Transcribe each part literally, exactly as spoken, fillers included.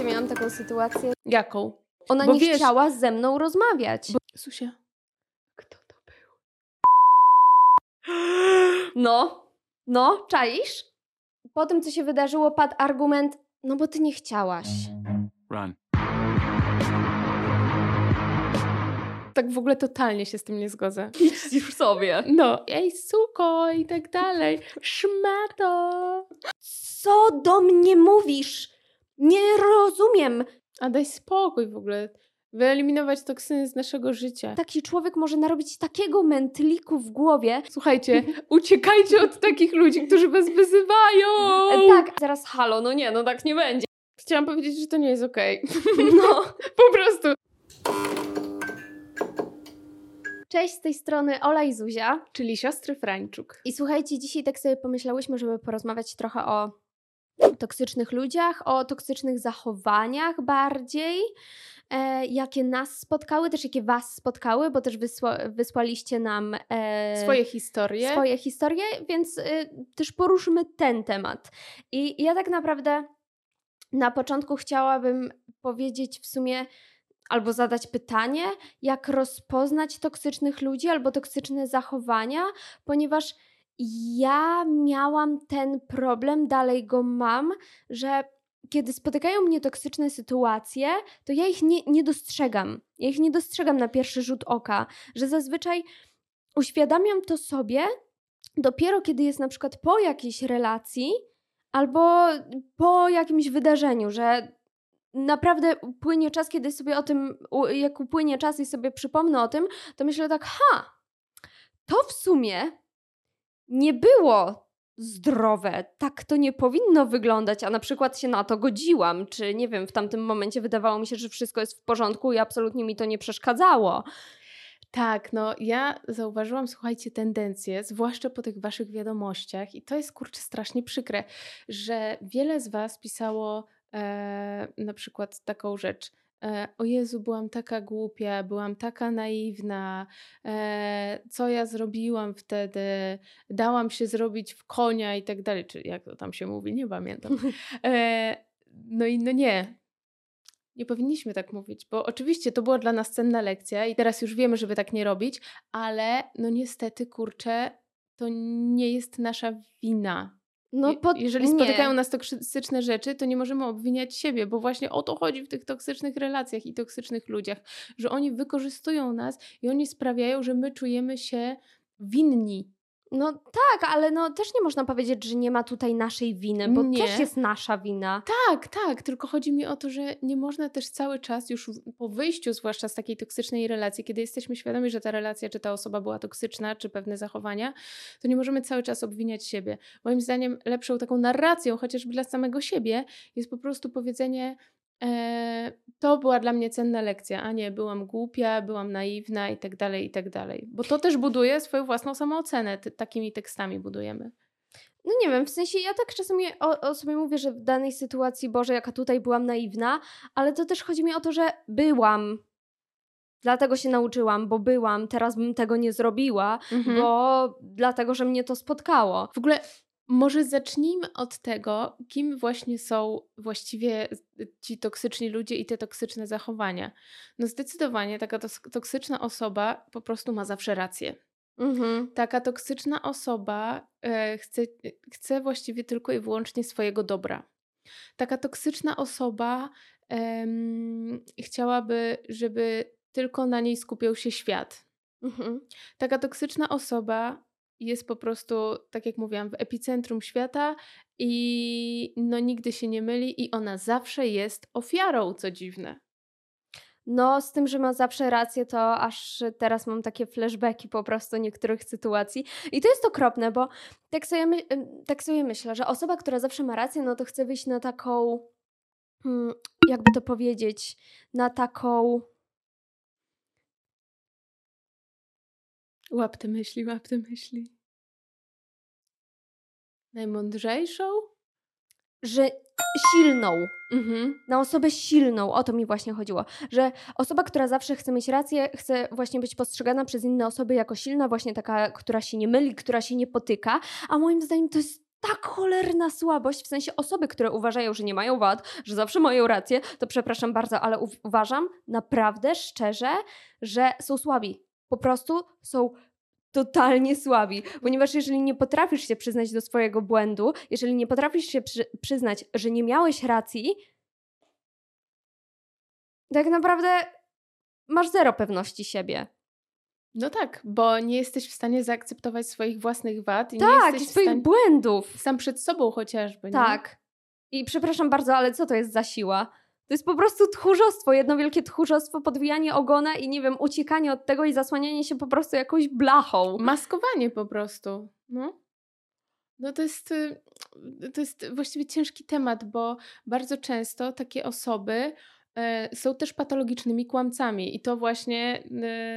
Słuchajcie, miałam taką sytuację. Jaką? Ona Bo nie wiesz, chciała ze mną rozmawiać. Bo... Susia, kto to był? No, no, czaisz? Po tym, co się wydarzyło, padł argument, no bo ty nie chciałaś. Run. Tak w ogóle totalnie się z tym nie zgodzę. Idź już sobie. No, ej suko i tak dalej. Szmato. Co do mnie mówisz? Nie rozumiem. A daj spokój w ogóle. Wyeliminować toksyny z naszego życia. Taki człowiek może narobić takiego mętliku w głowie. Słuchajcie, uciekajcie od takich ludzi, którzy was wyzywają. E, tak, zaraz halo, no nie, no tak nie będzie. Chciałam powiedzieć, że to nie jest okej. No. Po prostu. Cześć, z tej strony Ola i Zuzia. Czyli siostry Frańczuk. I słuchajcie, dzisiaj tak sobie pomyślałyśmy, żeby porozmawiać trochę o toksycznych ludziach, o toksycznych zachowaniach bardziej, e, jakie nas spotkały, też jakie was spotkały, bo też wysła, wysłaliście nam e, Swoje historie. swoje historie, więc e, też poruszmy ten temat. I ja tak naprawdę na początku chciałabym powiedzieć w sumie, albo zadać pytanie, jak rozpoznać toksycznych ludzi albo toksyczne zachowania, ponieważ ja miałam ten problem, dalej go mam, że kiedy spotykają mnie toksyczne sytuacje, to ja ich nie, nie dostrzegam. Ja ich nie dostrzegam na pierwszy rzut oka, że zazwyczaj uświadamiam to sobie dopiero kiedy jest na przykład po jakiejś relacji albo po jakimś wydarzeniu, że naprawdę płynie czas, kiedy sobie o tym, jak upłynie czas i sobie przypomnę o tym, to myślę tak, ha, to w sumie nie było zdrowe, tak to nie powinno wyglądać, a na przykład się na to godziłam, czy nie wiem, w tamtym momencie wydawało mi się, że wszystko jest w porządku i absolutnie mi to nie przeszkadzało. Tak, no ja zauważyłam, słuchajcie, tendencję, zwłaszcza po tych waszych wiadomościach i to jest, kurczę, strasznie przykre, że wiele z was pisało e, na przykład taką rzecz. E, o Jezu, byłam taka głupia, byłam taka naiwna, e, co ja zrobiłam wtedy, dałam się zrobić w konia i tak dalej, czy jak to tam się mówi, nie pamiętam. E, no i no nie. Nie powinniśmy tak mówić, bo oczywiście to była dla nas cenna lekcja i teraz już wiemy, żeby tak nie robić, ale no niestety, kurczę, to nie jest nasza wina. No pod... Jeżeli nie. spotykają nas toksyczne rzeczy, to nie możemy obwiniać siebie, bo właśnie o to chodzi w tych toksycznych relacjach i toksycznych ludziach, że oni wykorzystują nas i oni sprawiają, że my czujemy się winni. No tak, ale no też nie można powiedzieć, że nie ma tutaj naszej winy, bo Nie. też jest nasza wina. Tak, tak, tylko chodzi mi o to, że nie można też cały czas już po wyjściu zwłaszcza z takiej toksycznej relacji, kiedy jesteśmy świadomi, że ta relacja, czy ta osoba była toksyczna, czy pewne zachowania, to nie możemy cały czas obwiniać siebie. Moim zdaniem lepszą taką narracją, chociażby dla samego siebie, jest po prostu powiedzenie, e, to była dla mnie cenna lekcja, a nie byłam głupia, byłam naiwna i tak dalej, i tak dalej. Bo to też buduje swoją własną samoocenę, Ty, takimi tekstami budujemy. No nie wiem, w sensie ja tak czasami o, o sobie mówię, że w danej sytuacji, Boże, jaka tutaj byłam naiwna, ale to też chodzi mi o to, że byłam. Dlatego się nauczyłam, bo byłam, teraz bym tego nie zrobiła, Mhm. bo dlatego, że mnie to spotkało. W ogóle może zacznijmy od tego, kim właśnie są właściwie ci toksyczni ludzie i te toksyczne zachowania. No zdecydowanie taka tos- toksyczna osoba po prostu ma zawsze rację. Mhm. Taka toksyczna osoba e, chce, chce właściwie tylko i wyłącznie swojego dobra. Taka toksyczna osoba em, chciałaby, żeby tylko na niej skupiał się świat. Mhm. Taka toksyczna osoba jest po prostu, tak jak mówiłam, w epicentrum świata i no nigdy się nie myli i ona zawsze jest ofiarą, co dziwne. No, z tym, że ma zawsze rację, to aż teraz mam takie flashbacki po prostu niektórych sytuacji. I to jest okropne, bo tak sobie, my, tak sobie myślę, że osoba, która zawsze ma rację, no to chce wyjść na taką, hmm, jakby to powiedzieć, na taką... Łap te myśli, łap te myśli. Najmądrzejszą? Że silną. Mhm. Na osobę silną, o to mi właśnie chodziło, że osoba, która zawsze chce mieć rację, chce właśnie być postrzegana przez inne osoby jako silna, właśnie taka, która się nie myli, która się nie potyka, a moim zdaniem to jest tak cholerna słabość, w sensie osoby, które uważają, że nie mają wad, że zawsze mają rację, to przepraszam bardzo, ale u- uważam naprawdę szczerze, że są słabi. Po prostu są totalnie słabi, ponieważ jeżeli nie potrafisz się przyznać do swojego błędu, jeżeli nie potrafisz się przy, przyznać, że nie miałeś racji, tak naprawdę masz zero pewności siebie. No tak, bo nie jesteś w stanie zaakceptować swoich własnych wad i nie Tak, i jesteś w swoich stanie błędów. sam przed sobą chociażby, nie? Tak. I przepraszam bardzo, ale co to jest za siła? To jest po prostu tchórzostwo, jedno wielkie tchórzostwo, podwijanie ogona i nie wiem, uciekanie od tego i zasłanianie się po prostu jakąś blachą. Maskowanie po prostu, no. No to jest, y, to jest właściwie ciężki temat, bo bardzo często takie osoby e, są też patologicznymi kłamcami i to właśnie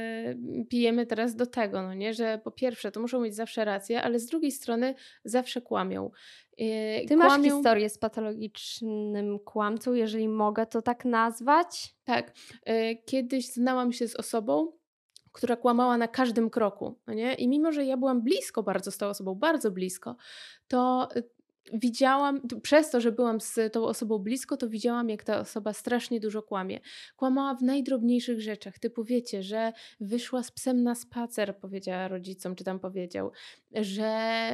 e, pijemy teraz do tego, no nie, że po pierwsze to muszą mieć zawsze rację, ale z drugiej strony zawsze kłamią. E, Ty masz kłamią, historię z patologicznym kłamcą, jeżeli mogę to tak nazwać? tak, e, kiedyś znałam się z osobą, która kłamała na każdym kroku, no nie? I mimo, że ja byłam blisko bardzo z tą osobą, bardzo blisko, to y, widziałam, t- przez to, że byłam z tą osobą blisko, to widziałam, jak ta osoba strasznie dużo kłamie. Kłamała w najdrobniejszych rzeczach, typu wiecie, że wyszła z psem na spacer, powiedziała rodzicom, czy tam powiedział, że...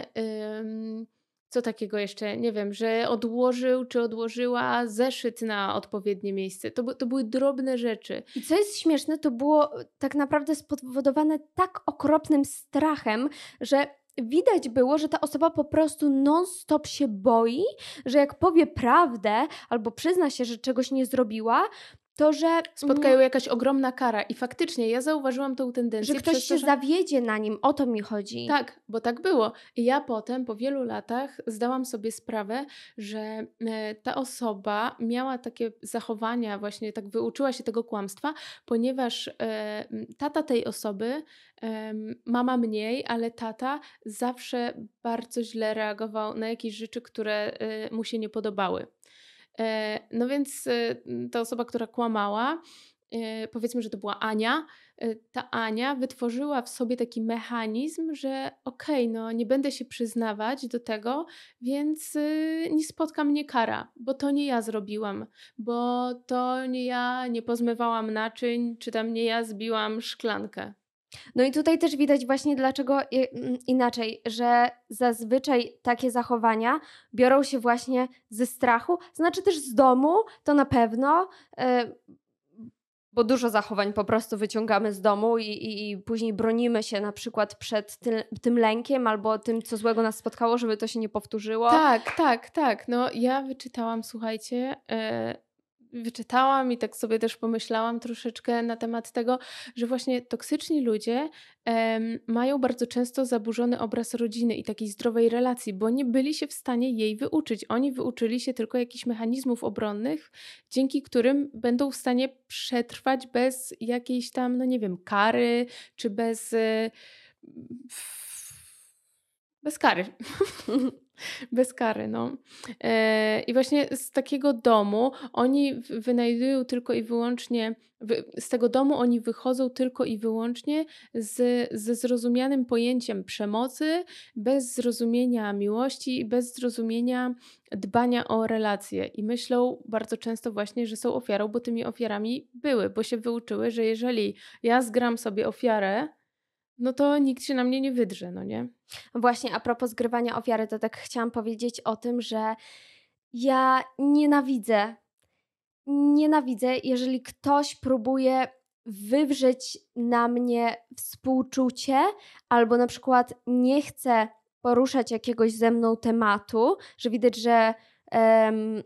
Ym, co takiego jeszcze? Nie wiem, że odłożył czy odłożyła zeszyt na odpowiednie miejsce. To, by- to były drobne rzeczy. I co jest śmieszne, to było tak naprawdę spowodowane tak okropnym strachem, że widać było, że ta osoba po prostu non-stop się boi, że jak powie prawdę albo przyzna się, że czegoś nie zrobiła, to że, Spotka ją mm, jakaś ogromna kara. I faktycznie ja zauważyłam tą tendencję. że ktoś przez to, się że... zawiedzie na nim. O to mi chodzi. Tak, bo tak było. I ja potem, po wielu latach, zdałam sobie sprawę, że e, ta osoba miała takie zachowania, właśnie tak wyuczyła się tego kłamstwa, ponieważ e, m, tata tej osoby, em, mama mniej, ale tata zawsze bardzo źle reagował na jakieś rzeczy, które e, mu się nie podobały. E, No więc e, ta osoba, która kłamała, e, powiedzmy, że to była Ania, e, ta Ania wytworzyła w sobie taki mechanizm, że okej, no nie będę się przyznawać do tego, więc y, nie spotka mnie kara, bo to nie ja zrobiłam, bo to nie ja nie pozmywałam naczyń, czy tam nie ja zbiłam szklankę. No i tutaj też widać właśnie dlaczego i- mm, inaczej, że zazwyczaj takie zachowania biorą się właśnie ze strachu, znaczy też z domu, to na pewno, e, bo dużo zachowań po prostu wyciągamy z domu i, i, i później bronimy się na przykład przed ty, tym lękiem albo tym, co złego nas spotkało, żeby to się nie powtórzyło. Tak, tak, tak. No ja wyczytałam, słuchajcie, e, wyczytałam i tak sobie też pomyślałam troszeczkę na temat tego, że właśnie toksyczni ludzie em, mają bardzo często zaburzony obraz rodziny i takiej zdrowej relacji, bo nie byli się w stanie jej wyuczyć. Oni wyuczyli się tylko jakichś mechanizmów obronnych, dzięki którym będą w stanie przetrwać bez jakiejś tam, no nie wiem, kary, czy bez... e, bez kary. Bez kary, no. E, I właśnie z takiego domu oni w- wynajdują tylko i wyłącznie, wy, z tego domu oni wychodzą tylko i wyłącznie z, ze zrozumianym pojęciem przemocy, bez zrozumienia miłości i bez zrozumienia dbania o relacje. I myślą bardzo często właśnie, że są ofiarą, bo tymi ofiarami były, bo się wyuczyły, że jeżeli ja zgram sobie ofiarę, no to nikt się na mnie nie wydrze, no nie? Właśnie a propos zgrywania ofiary, to tak chciałam powiedzieć o tym, że ja nienawidzę, nienawidzę, jeżeli ktoś próbuje wywrzeć na mnie współczucie albo na przykład nie chce poruszać jakiegoś ze mną tematu, że widać, że em,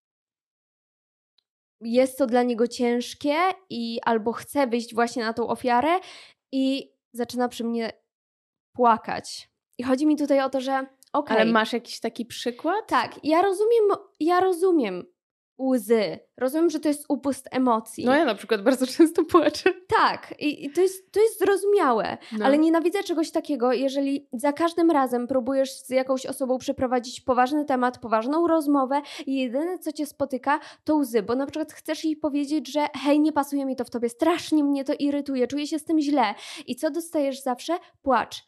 jest to dla niego ciężkie i albo chce wyjść właśnie na tą ofiarę i zaczyna przy mnie płakać. I chodzi mi tutaj o to, że okej, Ale masz jakiś taki przykład? tak, ja rozumiem, ja rozumiem łzy, rozumiem, że to jest upust emocji. No ja na przykład bardzo często płaczę. Tak, i, i to, jest, to jest zrozumiałe, No. ale nienawidzę czegoś takiego, jeżeli za każdym razem próbujesz z jakąś osobą przeprowadzić poważny temat, poważną rozmowę i jedyne, co cię spotyka, to łzy, bo na przykład chcesz jej powiedzieć, że hej, nie pasuje mi to w tobie, strasznie mnie to irytuje, czuję się z tym źle. I co dostajesz zawsze? Płacz.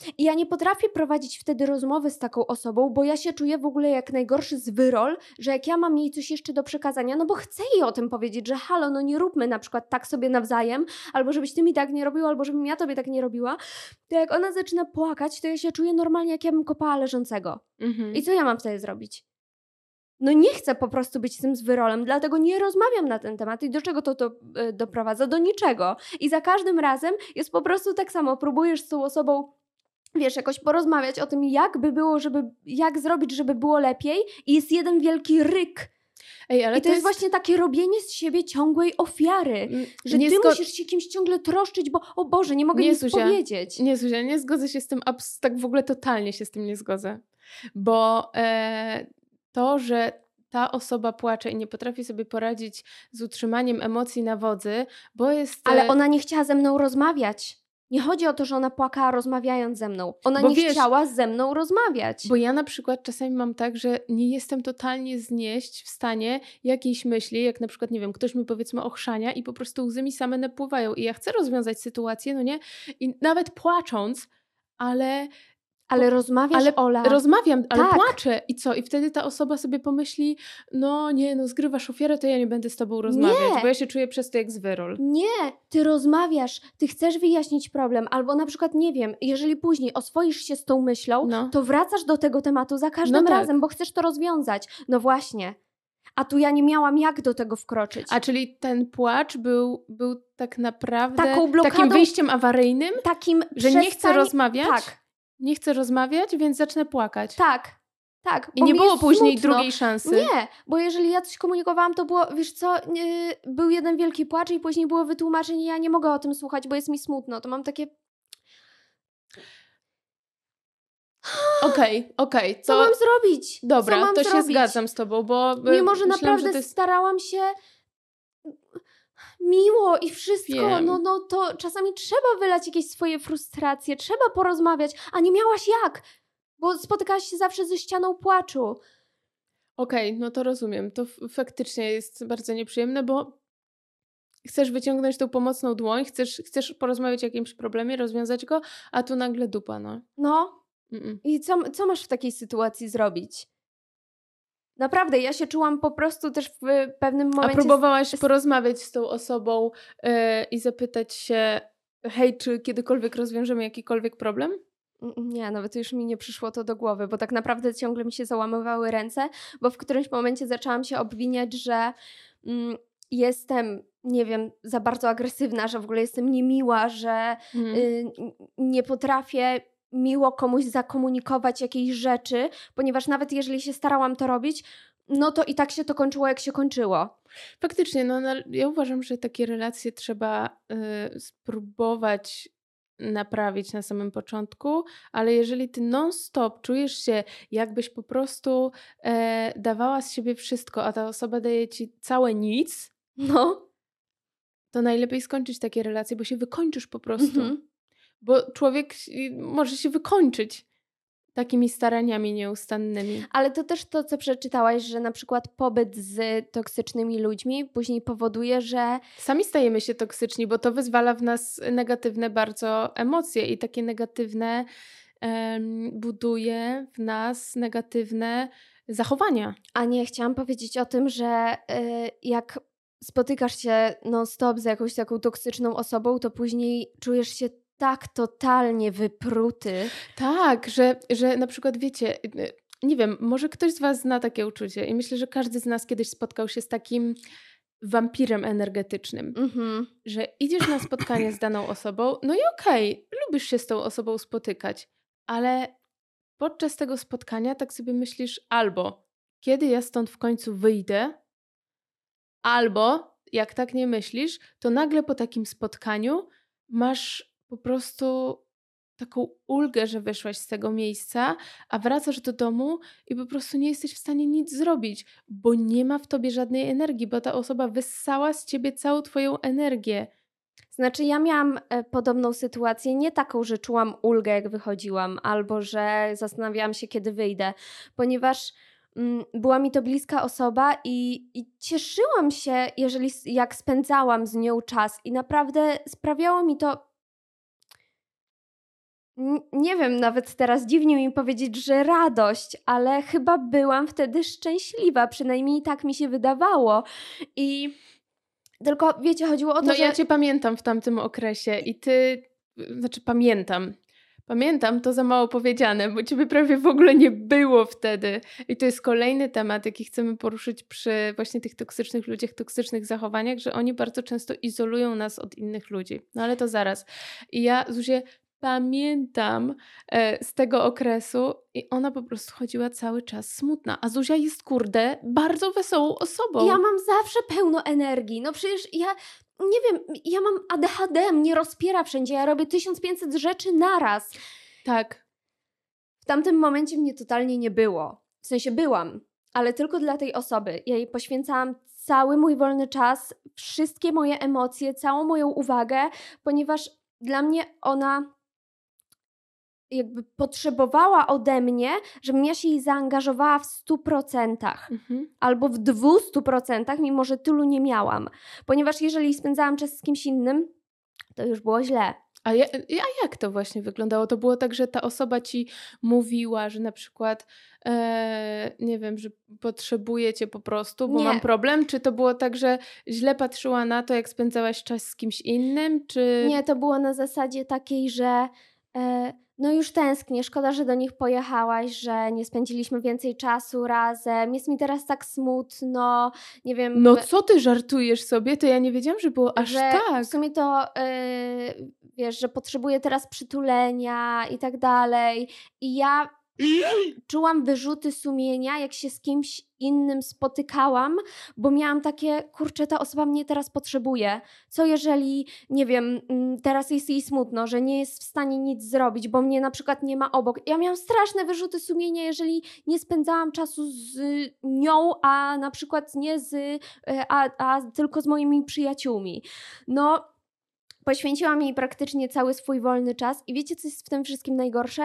I ja nie potrafię prowadzić wtedy rozmowy z taką osobą, bo ja się czuję w ogóle jak najgorszy zwyrol, że jak ja mam jej coś jeszcze do przekazania, no bo chcę jej o tym powiedzieć, że halo, no nie róbmy na przykład tak sobie nawzajem, albo żebyś ty mi tak nie robił, albo żebym ja tobie tak nie robiła, to jak ona zaczyna płakać, to ja się czuję normalnie, jak ja bym kopała leżącego. Mhm. I co ja mam wtedy zrobić? No nie chcę po prostu być tym zwyrolem, dlatego nie rozmawiam na ten temat. I do czego to, to yy, doprowadza? Do niczego. I za każdym razem jest po prostu tak samo. Próbujesz z tą osobą, wiesz, jakoś porozmawiać o tym, jak by było, żeby, jak zrobić, żeby było lepiej, i jest jeden wielki ryk. Ej, ale I to, to jest, jest właśnie takie robienie z siebie ciągłej ofiary, że nie ty zgo... musisz się kimś ciągle troszczyć, bo o Boże, nie mogę nie, nic Zuzia, powiedzieć. Nie, Zuzia, nie zgodzę się z tym, abs- tak w ogóle totalnie się z tym nie zgodzę. Bo e, to, że ta osoba płacze i nie potrafi sobie poradzić z utrzymaniem emocji na wodzy, bo jest... Ale ona nie chciała ze mną rozmawiać. Nie chodzi o to, że ona płakała rozmawiając ze mną. Ona Bo nie wiesz, chciała ze mną rozmawiać. Bo ja na przykład czasami mam tak, że nie jestem totalnie znieść w stanie jakiejś myśli, jak na przykład, nie wiem, ktoś mi powiedzmy ochrzania i po prostu łzy mi same napływają i ja chcę rozwiązać sytuację, no nie? I nawet płacząc, ale... Ale rozmawiasz, ale Ola. Rozmawiam, ale tak. płaczę. I co? I wtedy ta osoba sobie pomyśli, no nie, no zgrywasz ofiarę, to ja nie będę z tobą rozmawiać, nie. bo ja się czuję przez to jak zwyrol. Nie, ty rozmawiasz, ty chcesz wyjaśnić problem, albo na przykład, nie wiem, jeżeli później oswoisz się z tą myślą, No. to wracasz do tego tematu za każdym No tak. razem, bo chcesz to rozwiązać. No właśnie. A tu ja nie miałam jak do tego wkroczyć. A czyli ten płacz był, był tak naprawdę Taką blokadą, takim wyjściem awaryjnym, takim że nie chcę rozmawiać? Tak. Nie chcę rozmawiać, więc zacznę płakać. Tak, tak. I nie było później smutno. drugiej szansy. Nie, bo jeżeli ja coś komunikowałam, to było, wiesz co, nie, był jeden wielki płacz i później było wytłumaczenie, ja nie mogę o tym słuchać, bo jest mi smutno. To mam takie... Okej, okay, okej. Okay, Co mam zrobić? Dobra, Co mam to zrobić? się zgadzam z tobą, bo... Mimo, że myślałam, naprawdę że to jest... starałam się miło i wszystko, Wiem. no, no to czasami trzeba wylać jakieś swoje frustracje, trzeba porozmawiać, a nie miałaś jak, bo spotykałaś się zawsze ze ścianą płaczu. Okej, okay, no to rozumiem. To f- faktycznie jest bardzo nieprzyjemne, bo chcesz wyciągnąć tą pomocną dłoń, chcesz, chcesz porozmawiać o jakimś problemie, rozwiązać go, a tu nagle dupa, no. No. Mm-mm. I co, co masz w takiej sytuacji zrobić? Naprawdę, ja się czułam po prostu też w pewnym momencie... A próbowałaś porozmawiać z tą osobą yy, i zapytać się, hej, czy kiedykolwiek rozwiążemy jakikolwiek problem? Nie, nawet już mi nie przyszło to do głowy, bo tak naprawdę ciągle mi się załamywały ręce, bo w którymś momencie zaczęłam się obwiniać, że mm, jestem, nie wiem, za bardzo agresywna, że w ogóle jestem niemiła, że Hmm. y, nie potrafię miło komuś zakomunikować jakiejś rzeczy, ponieważ nawet jeżeli się starałam to robić, no to i tak się to kończyło, jak się kończyło. Faktycznie, no, no ja uważam, że takie relacje trzeba y, spróbować naprawić na samym początku, ale jeżeli ty non-stop czujesz się, jakbyś po prostu e, dawała z siebie wszystko, a ta osoba daje ci całe nic, no, to najlepiej skończyć takie relacje, bo się wykończysz po prostu. Mm-hmm. Bo człowiek może się wykończyć takimi staraniami nieustannymi. Ale to też to, co przeczytałaś, że na przykład pobyt z toksycznymi ludźmi później powoduje, że... Sami stajemy się toksyczni, bo to wyzwala w nas negatywne bardzo emocje i takie negatywne um, buduje w nas negatywne zachowania. A nie, chciałam powiedzieć o tym, że y, jak spotykasz się non-stop z jakąś taką toksyczną osobą, to później czujesz się tak totalnie wypruty. Tak, że, że na przykład wiecie, nie wiem, może ktoś z was zna takie uczucie i myślę, że każdy z nas kiedyś spotkał się z takim wampirem energetycznym, mm-hmm. że idziesz na spotkanie z daną osobą, no i okej, okay, lubisz się z tą osobą spotykać, ale podczas tego spotkania tak sobie myślisz albo kiedy ja stąd w końcu wyjdę, albo jak tak nie myślisz, to nagle po takim spotkaniu masz po prostu taką ulgę, że wyszłaś z tego miejsca, a wracasz do domu i po prostu nie jesteś w stanie nic zrobić, bo nie ma w tobie żadnej energii, bo ta osoba wyssała z ciebie całą twoją energię. Znaczy ja miałam e, podobną sytuację, nie taką, że czułam ulgę jak wychodziłam, albo że zastanawiałam się kiedy wyjdę, ponieważ mm, była mi to bliska osoba i, i cieszyłam się, jeżeli jak spędzałam z nią czas i naprawdę sprawiało mi to N- Nie wiem, nawet teraz dziwnie mi powiedzieć, że radość, ale chyba byłam wtedy szczęśliwa, przynajmniej tak mi się wydawało. I tylko wiecie, chodziło o to, No że ja cię pamiętam w tamtym okresie i ty, znaczy pamiętam. Pamiętam, to za mało powiedziane, bo ciebie prawie w ogóle nie było wtedy. I to jest kolejny temat, jaki chcemy poruszyć przy właśnie tych toksycznych ludziach, toksycznych zachowaniach, że oni bardzo często izolują nas od innych ludzi. No ale to zaraz. I ja, Zuzie, pamiętam e, z tego okresu i ona po prostu chodziła cały czas smutna. A Zuzia jest, kurde, bardzo wesołą osobą. ja mam zawsze pełno energii. No przecież ja, nie wiem, ja mam A D H D, mnie rozpiera wszędzie, ja robię tysiąc pięćset rzeczy naraz. Tak. W tamtym momencie mnie totalnie nie było. W sensie byłam, ale tylko dla tej osoby. Ja jej poświęcałam cały mój wolny czas, wszystkie moje emocje, całą moją uwagę, ponieważ dla mnie ona jakby potrzebowała ode mnie, żebym ja się jej zaangażowała w stu procentach. Mhm. Albo w dwustu procentach, mimo że tylu nie miałam. Ponieważ jeżeli spędzałam czas z kimś innym, to już było źle. A, ja, a jak to właśnie wyglądało? To było tak, że ta osoba ci mówiła, że na przykład e, nie wiem, że potrzebuje cię po prostu, bo Nie. mam problem? Czy to było tak, że źle patrzyła na to, jak spędzałaś czas z kimś innym? Czy... Nie, to było na zasadzie takiej, że e, no już tęsknię, szkoda, że do nich pojechałaś, że nie spędziliśmy więcej czasu razem, jest mi teraz tak smutno, nie wiem... No co ty żartujesz sobie? To ja nie wiedziałam, że było aż że tak. w sumie to e, wiesz, że potrzebuję teraz przytulenia i tak dalej. I ja czułam wyrzuty sumienia, jak się z kimś innym spotykałam, bo miałam takie, kurczę, ta osoba mnie teraz potrzebuje. Co jeżeli, nie wiem, mm, teraz jest jej smutno, że nie jest w stanie nic zrobić, bo mnie na przykład nie ma obok. Ja miałam straszne wyrzuty sumienia, jeżeli nie spędzałam czasu z nią, a na przykład nie z, e, a, a tylko z moimi przyjaciółmi. No, poświęciłam jej praktycznie cały swój wolny czas i wiecie, co jest w tym wszystkim najgorsze?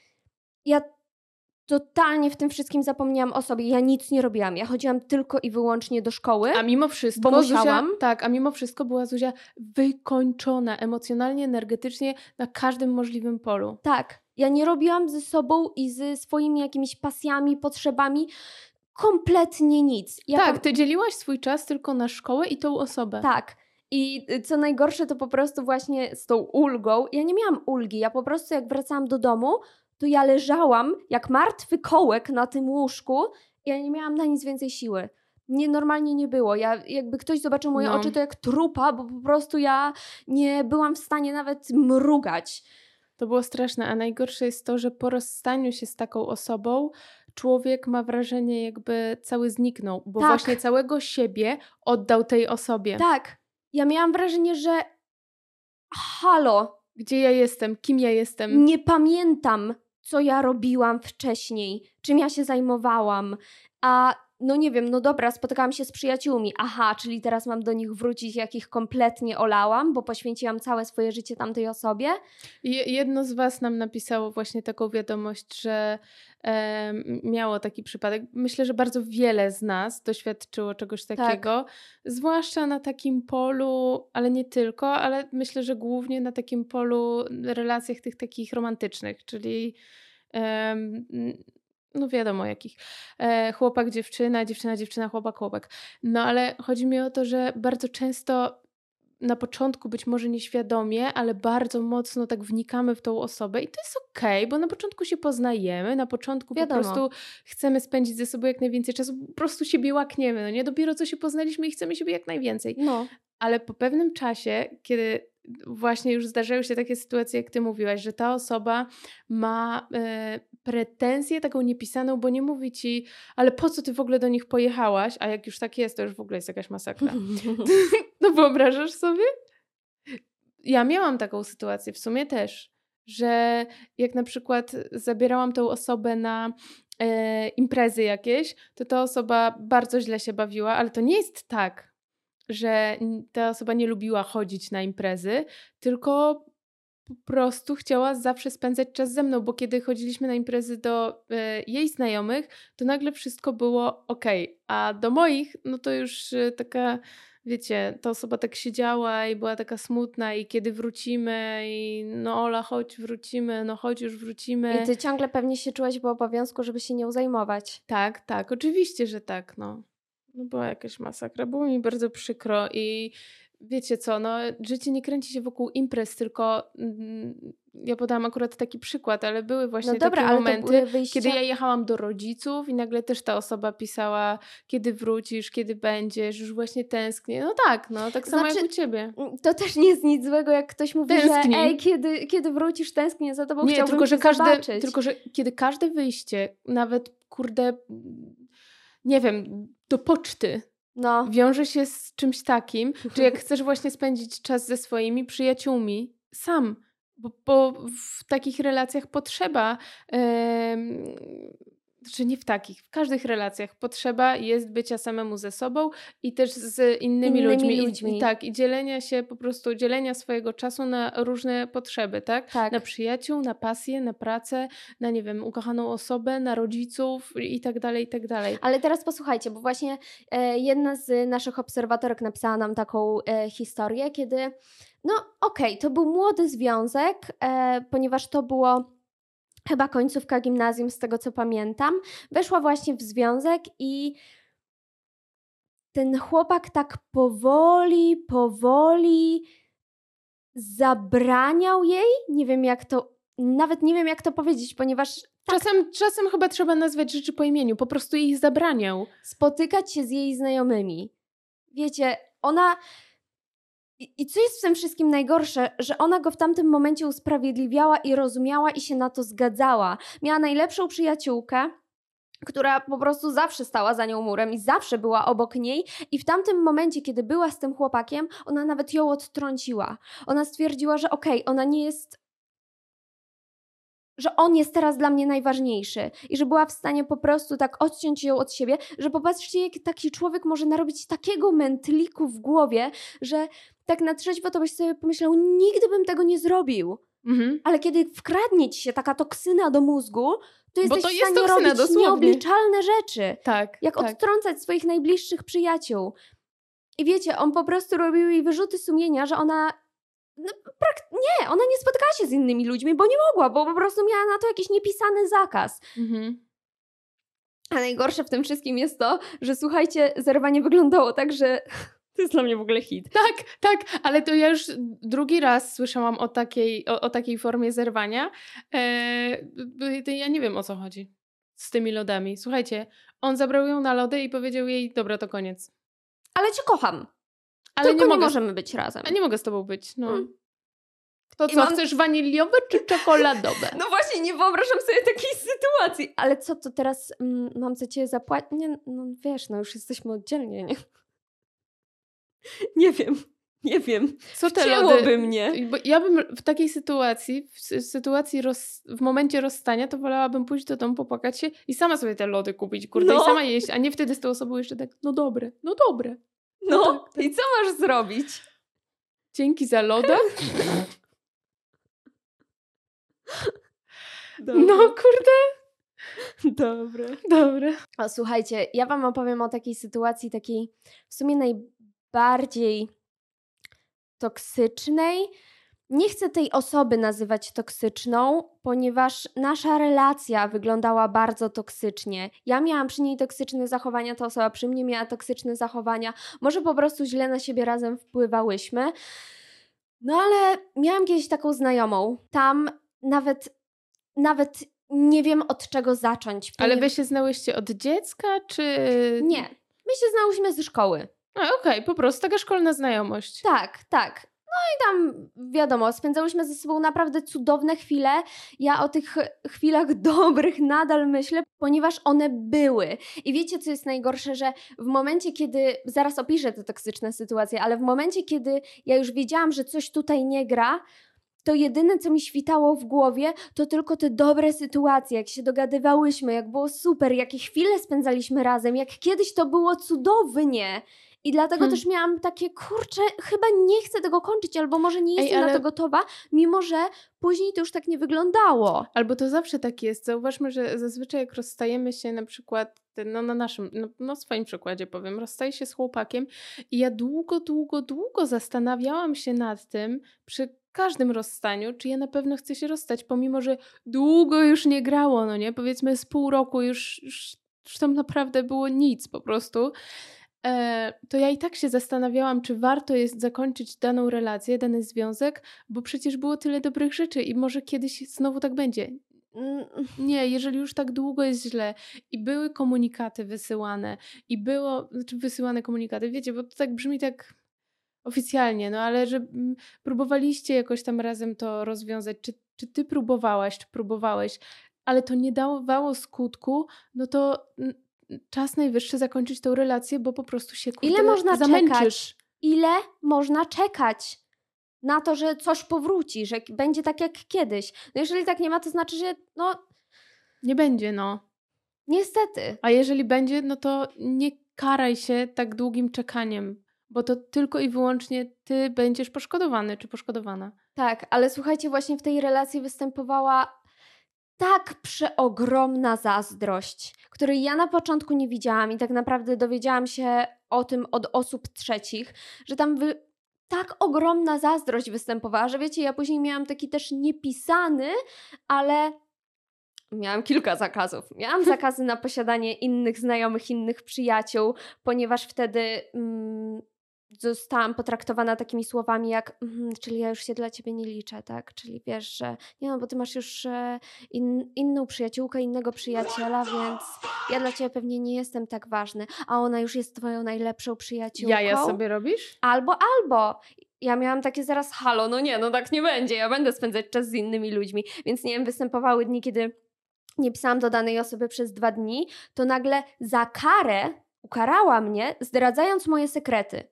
Ja totalnie w tym wszystkim zapomniałam o sobie. Ja nic nie robiłam. Ja chodziłam tylko i wyłącznie do szkoły. A mimo wszystko, bo musiałam. Zuzia, tak, a mimo wszystko była Zuzia wykończona emocjonalnie, energetycznie na każdym możliwym polu. Tak. Ja nie robiłam ze sobą i ze swoimi jakimiś pasjami, potrzebami kompletnie nic. Ja tak, tam... ty dzieliłaś swój czas tylko na szkołę i tą osobę. Tak. I co najgorsze, to po prostu właśnie z tą ulgą, ja nie miałam ulgi, ja po prostu jak wracałam do domu, to ja leżałam jak martwy kołek na tym łóżku i ja nie miałam na nic więcej siły. Nie, normalnie nie było. Ja, jakby ktoś zobaczył moje No. oczy, to jak trupa, bo po prostu ja nie byłam w stanie nawet mrugać. To było straszne, a najgorsze jest to, że po rozstaniu się z taką osobą człowiek ma wrażenie, jakby cały zniknął, bo Tak. właśnie całego siebie oddał tej osobie. Tak. Ja miałam wrażenie, że halo, Gdzie ja jestem? Kim ja jestem? nie pamiętam, co ja robiłam wcześniej, czym ja się zajmowałam, a no nie wiem, no dobra, spotykałam się z przyjaciółmi, aha, czyli teraz mam do nich wrócić, jak ich kompletnie olałam, bo poświęciłam całe swoje życie tamtej osobie. Je- Jedno z was nam napisało właśnie taką wiadomość, że e, miało taki przypadek. Myślę, że bardzo wiele z nas doświadczyło czegoś takiego, zwłaszcza na takim polu, ale nie tylko, ale myślę, że głównie na takim polu relacjach tych takich romantycznych, czyli em, no wiadomo jakich. E, chłopak, dziewczyna, dziewczyna, dziewczyna, chłopak, chłopak. No ale chodzi mi o to, że bardzo często na początku być może nieświadomie, ale bardzo mocno tak wnikamy w tą osobę i to jest okej, bo na początku się poznajemy, na początku Wiadomo. po prostu chcemy spędzić ze sobą jak najwięcej czasu, po prostu siebie łakniemy, no nie? Dopiero co się poznaliśmy i chcemy siebie jak najwięcej. No, Ale po pewnym czasie, kiedy właśnie już zdarzają się takie sytuacje, jak ty mówiłaś, że ta osoba ma e, pretensję taką niepisaną, bo nie mówi ci, ale po co ty w ogóle do nich pojechałaś, a jak już tak jest, to już w ogóle jest jakaś masakra. No wyobrażasz sobie? Ja miałam taką sytuację w sumie też, że jak na przykład zabierałam tę osobę na e, imprezy jakieś, to ta osoba bardzo źle się bawiła, ale to nie jest tak, że n- ta osoba nie lubiła chodzić na imprezy, tylko po prostu chciała zawsze spędzać czas ze mną, bo kiedy chodziliśmy na imprezy do e, jej znajomych, to nagle wszystko było okej, a do moich, no to już e, taka, wiecie, ta osoba tak siedziała i była taka smutna i kiedy wrócimy i no Ola, chodź, wrócimy, no chodź, już I wrócimy. ty ciągle pewnie się czułaś w obowiązku, żeby się nią zajmować. Tak, tak, oczywiście, że tak, no. No była jakaś masakra, było mi bardzo przykro i wiecie co, no życie nie kręci się wokół imprez, tylko mm, ja podałam akurat taki przykład, ale były właśnie No dobra, takie ale to momenty, były wyjścia... kiedy ja jechałam do rodziców i nagle też ta osoba pisała, kiedy wrócisz, kiedy będziesz, już właśnie tęsknię. No tak, no tak samo Znaczy, jak u ciebie. To też nie jest nic złego, jak ktoś mówi, Tęskni. że ej, kiedy, kiedy wrócisz, tęsknię za tobą, Nie, chciałbym tylko że cię każde, zobaczyć. tylko że kiedy każde wyjście, nawet kurde, nie wiem, do poczty, No, wiąże się z czymś takim, że jak chcesz właśnie spędzić czas ze swoimi przyjaciółmi, sam, bo, bo w takich relacjach potrzeba, em, że nie w takich, w każdych relacjach potrzeba jest bycia samemu ze sobą i też z innymi, Innymi ludźmi. ludźmi. I, I tak, i dzielenia się po prostu, dzielenia swojego czasu na różne potrzeby, tak? tak. Na przyjaciół, na pasję, na pracę, na nie wiem, ukochaną osobę, na rodziców i tak dalej, i tak dalej. Ale teraz posłuchajcie, bo właśnie e, jedna z naszych obserwatorek napisała nam taką e, historię, kiedy, no okej, okay, to był młody związek, e, ponieważ to było chyba końcówka gimnazjum, z tego co pamiętam. Weszła właśnie w związek i ten chłopak tak powoli, powoli zabraniał jej, nie wiem jak to, nawet nie wiem jak to powiedzieć, ponieważ Czasem, czasem chyba trzeba nazwać rzeczy po imieniu, po prostu jej zabraniał. spotykać się z jej znajomymi. Wiecie, ona... I, I co jest w tym wszystkim najgorsze, że ona go w tamtym momencie usprawiedliwiała i rozumiała i się na to zgadzała. Miała najlepszą przyjaciółkę, która po prostu zawsze stała za nią murem i zawsze była obok niej i w tamtym momencie, kiedy była z tym chłopakiem, ona nawet ją odtrąciła. Ona stwierdziła, że okej, okay, ona nie jest... że on jest teraz dla mnie najważniejszy i że była w stanie po prostu tak odciąć ją od siebie, że popatrzcie, jak taki człowiek może narobić takiego mętliku w głowie, że tak na trzeźwo to byś sobie pomyślał, nigdy bym tego nie zrobił. Mhm. Ale kiedy wkradnie ci się taka toksyna do mózgu, to jesteś to w jest stanie toksyna, robić dosłownie. nieobliczalne rzeczy. Tak, Jak tak. odtrącać swoich najbliższych przyjaciół. I wiecie, on po prostu robił jej wyrzuty sumienia, że ona... No, prak- nie, ona nie spotykała się z innymi ludźmi, bo nie mogła, bo po prostu miała na to jakiś niepisany zakaz. Mhm. A najgorsze w tym wszystkim jest to, że słuchajcie, zerwanie wyglądało tak, że to jest dla mnie w ogóle hit. Tak, tak, ale to ja już drugi raz słyszałam o takiej, o, o takiej formie zerwania. Eee, to ja nie wiem, o co chodzi z tymi lodami. Słuchajcie, on zabrał ją na lody i powiedział jej, dobra, to koniec. Ale cię kocham. Ale Tylko nie, nie, mogę, możemy być razem. a nie mogę z tobą być, no. Mm. To I co, mam- chcesz waniliowe czy czekoladowe? No właśnie, nie wyobrażam sobie takiej sytuacji. Ale co, to teraz mm, mam za ciebie zapłacić? Nie, no wiesz, no już jesteśmy oddzielnie, nie? Nie wiem, nie wiem. Co te Wcięłoby lody? mnie. Bo ja bym w takiej sytuacji, w sy- sytuacji roz, w momencie rozstania, to wolałabym pójść do domu, popłakać się i sama sobie te lody kupić, kurde, No. i sama jeść, a nie wtedy z tą osobą jeszcze tak, no dobre, no dobre. No, tak, tak. i co masz zrobić? Dzięki za loda. Dobra. No kurde. Dobre. Dobre. O, słuchajcie, ja wam opowiem o takiej sytuacji, takiej w sumie najbardziej toksycznej. Nie chcę tej osoby nazywać toksyczną, ponieważ nasza relacja wyglądała bardzo toksycznie. Ja miałam przy niej toksyczne zachowania, ta osoba przy mnie miała toksyczne zachowania. Może po prostu źle na siebie razem wpływałyśmy. No ale miałam kiedyś taką znajomą. Tam nawet, nawet nie wiem od czego zacząć. Ale ponieważ- wy się znałyście od dziecka, czy... Nie. My się znałyśmy ze szkoły. A, okej, po prostu taka szkolna znajomość. Tak, tak. No i tam wiadomo, spędzałyśmy ze sobą naprawdę cudowne chwile. Ja o tych chwilach dobrych nadal myślę, ponieważ one były. I wiecie, co jest najgorsze, że w momencie, kiedy, zaraz opiszę te toksyczne sytuacje, ale w momencie, kiedy ja już wiedziałam, że coś tutaj nie gra, to jedyne, co mi świtało w głowie, to tylko te dobre sytuacje, jak się dogadywałyśmy, jak było super, jakie chwile spędzaliśmy razem, jak kiedyś to było cudownie. I dlatego Hmm. też miałam takie, kurczę, chyba nie chcę tego kończyć, albo może nie Ej, jestem na ale- to gotowa, mimo że później to już tak nie wyglądało. Albo to zawsze tak jest. Zauważmy, że zazwyczaj jak rozstajemy się na przykład, no na naszym, no, no swoim przykładzie powiem, rozstaję się z chłopakiem i ja długo, długo, długo zastanawiałam się nad tym przy każdym rozstaniu, czy ja na pewno chcę się rozstać, pomimo, że długo już nie grało, no nie? Powiedzmy z pół roku już, już, już tam naprawdę było nic po prostu. E, to ja i tak się zastanawiałam, czy warto jest zakończyć daną relację, dany związek, bo przecież było tyle dobrych rzeczy i może kiedyś znowu tak będzie. Mm, Nie, jeżeli już tak długo jest źle i były komunikaty wysyłane i było, znaczy wysyłane komunikaty, wiecie, bo to tak brzmi tak oficjalnie, no ale że mm, próbowaliście jakoś tam razem to rozwiązać, czy, czy ty próbowałaś, czy próbowałeś, ale to nie dawało skutku, no to mm, czas najwyższy zakończyć tą relację, bo po prostu się kurde Ile można zamęczysz. czekać? Ile można czekać na to, że coś powróci, że będzie tak jak kiedyś? No jeżeli tak nie ma, to znaczy, że no Nie będzie, no. niestety. A jeżeli będzie, no to nie karaj się tak długim czekaniem, bo to tylko i wyłącznie ty będziesz poszkodowany czy poszkodowana. Tak, ale słuchajcie, właśnie w tej relacji występowała tak przeogromna zazdrość, której ja na początku nie widziałam i tak naprawdę dowiedziałam się o tym od osób trzecich, że tam wy... tak ogromna zazdrość występowała, że wiecie, ja później miałam taki też niepisany, ale miałam kilka zakazów. Miałam zakazy na posiadanie innych znajomych, innych przyjaciół, ponieważ wtedy mm, zostałam potraktowana takimi słowami jak mm, czyli ja już się dla ciebie nie liczę, tak? Czyli wiesz, że nie no, bo ty masz już e, in, inną przyjaciółkę, innego przyjaciela, więc ja dla ciebie pewnie nie jestem tak ważny, a ona już jest twoją najlepszą przyjaciółką. Jaja sobie robisz? Albo, albo. Ja miałam takie zaraz, halo, no nie, no tak nie będzie, ja będę spędzać czas z innymi ludźmi. Więc nie wiem, występowały dni, kiedy nie pisałam do danej osoby przez dwa dni, to nagle za karę ukarała mnie, zdradzając moje sekrety.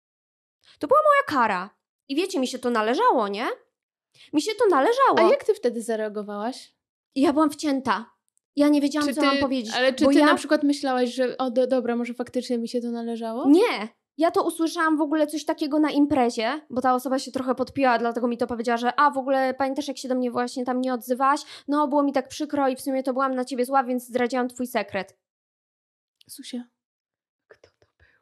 To była moja kara. I wiecie, mi się to należało, nie? Mi się to należało. A jak ty wtedy zareagowałaś? I ja byłam wcięta. Ja nie wiedziałam, Czy co ty, mam powiedzieć. ale czy bo ty ja... na przykład myślałaś, że o do, dobra, może faktycznie mi się to należało? Nie. Ja to usłyszałam w ogóle coś takiego na imprezie, bo ta osoba się trochę podpiła, dlatego mi to powiedziała, że a w ogóle pamiętasz, jak się do mnie właśnie tam nie odzywałaś? No, było mi tak przykro i w sumie to byłam na ciebie zła, więc zdradziłam twój sekret. Susia, kto to był?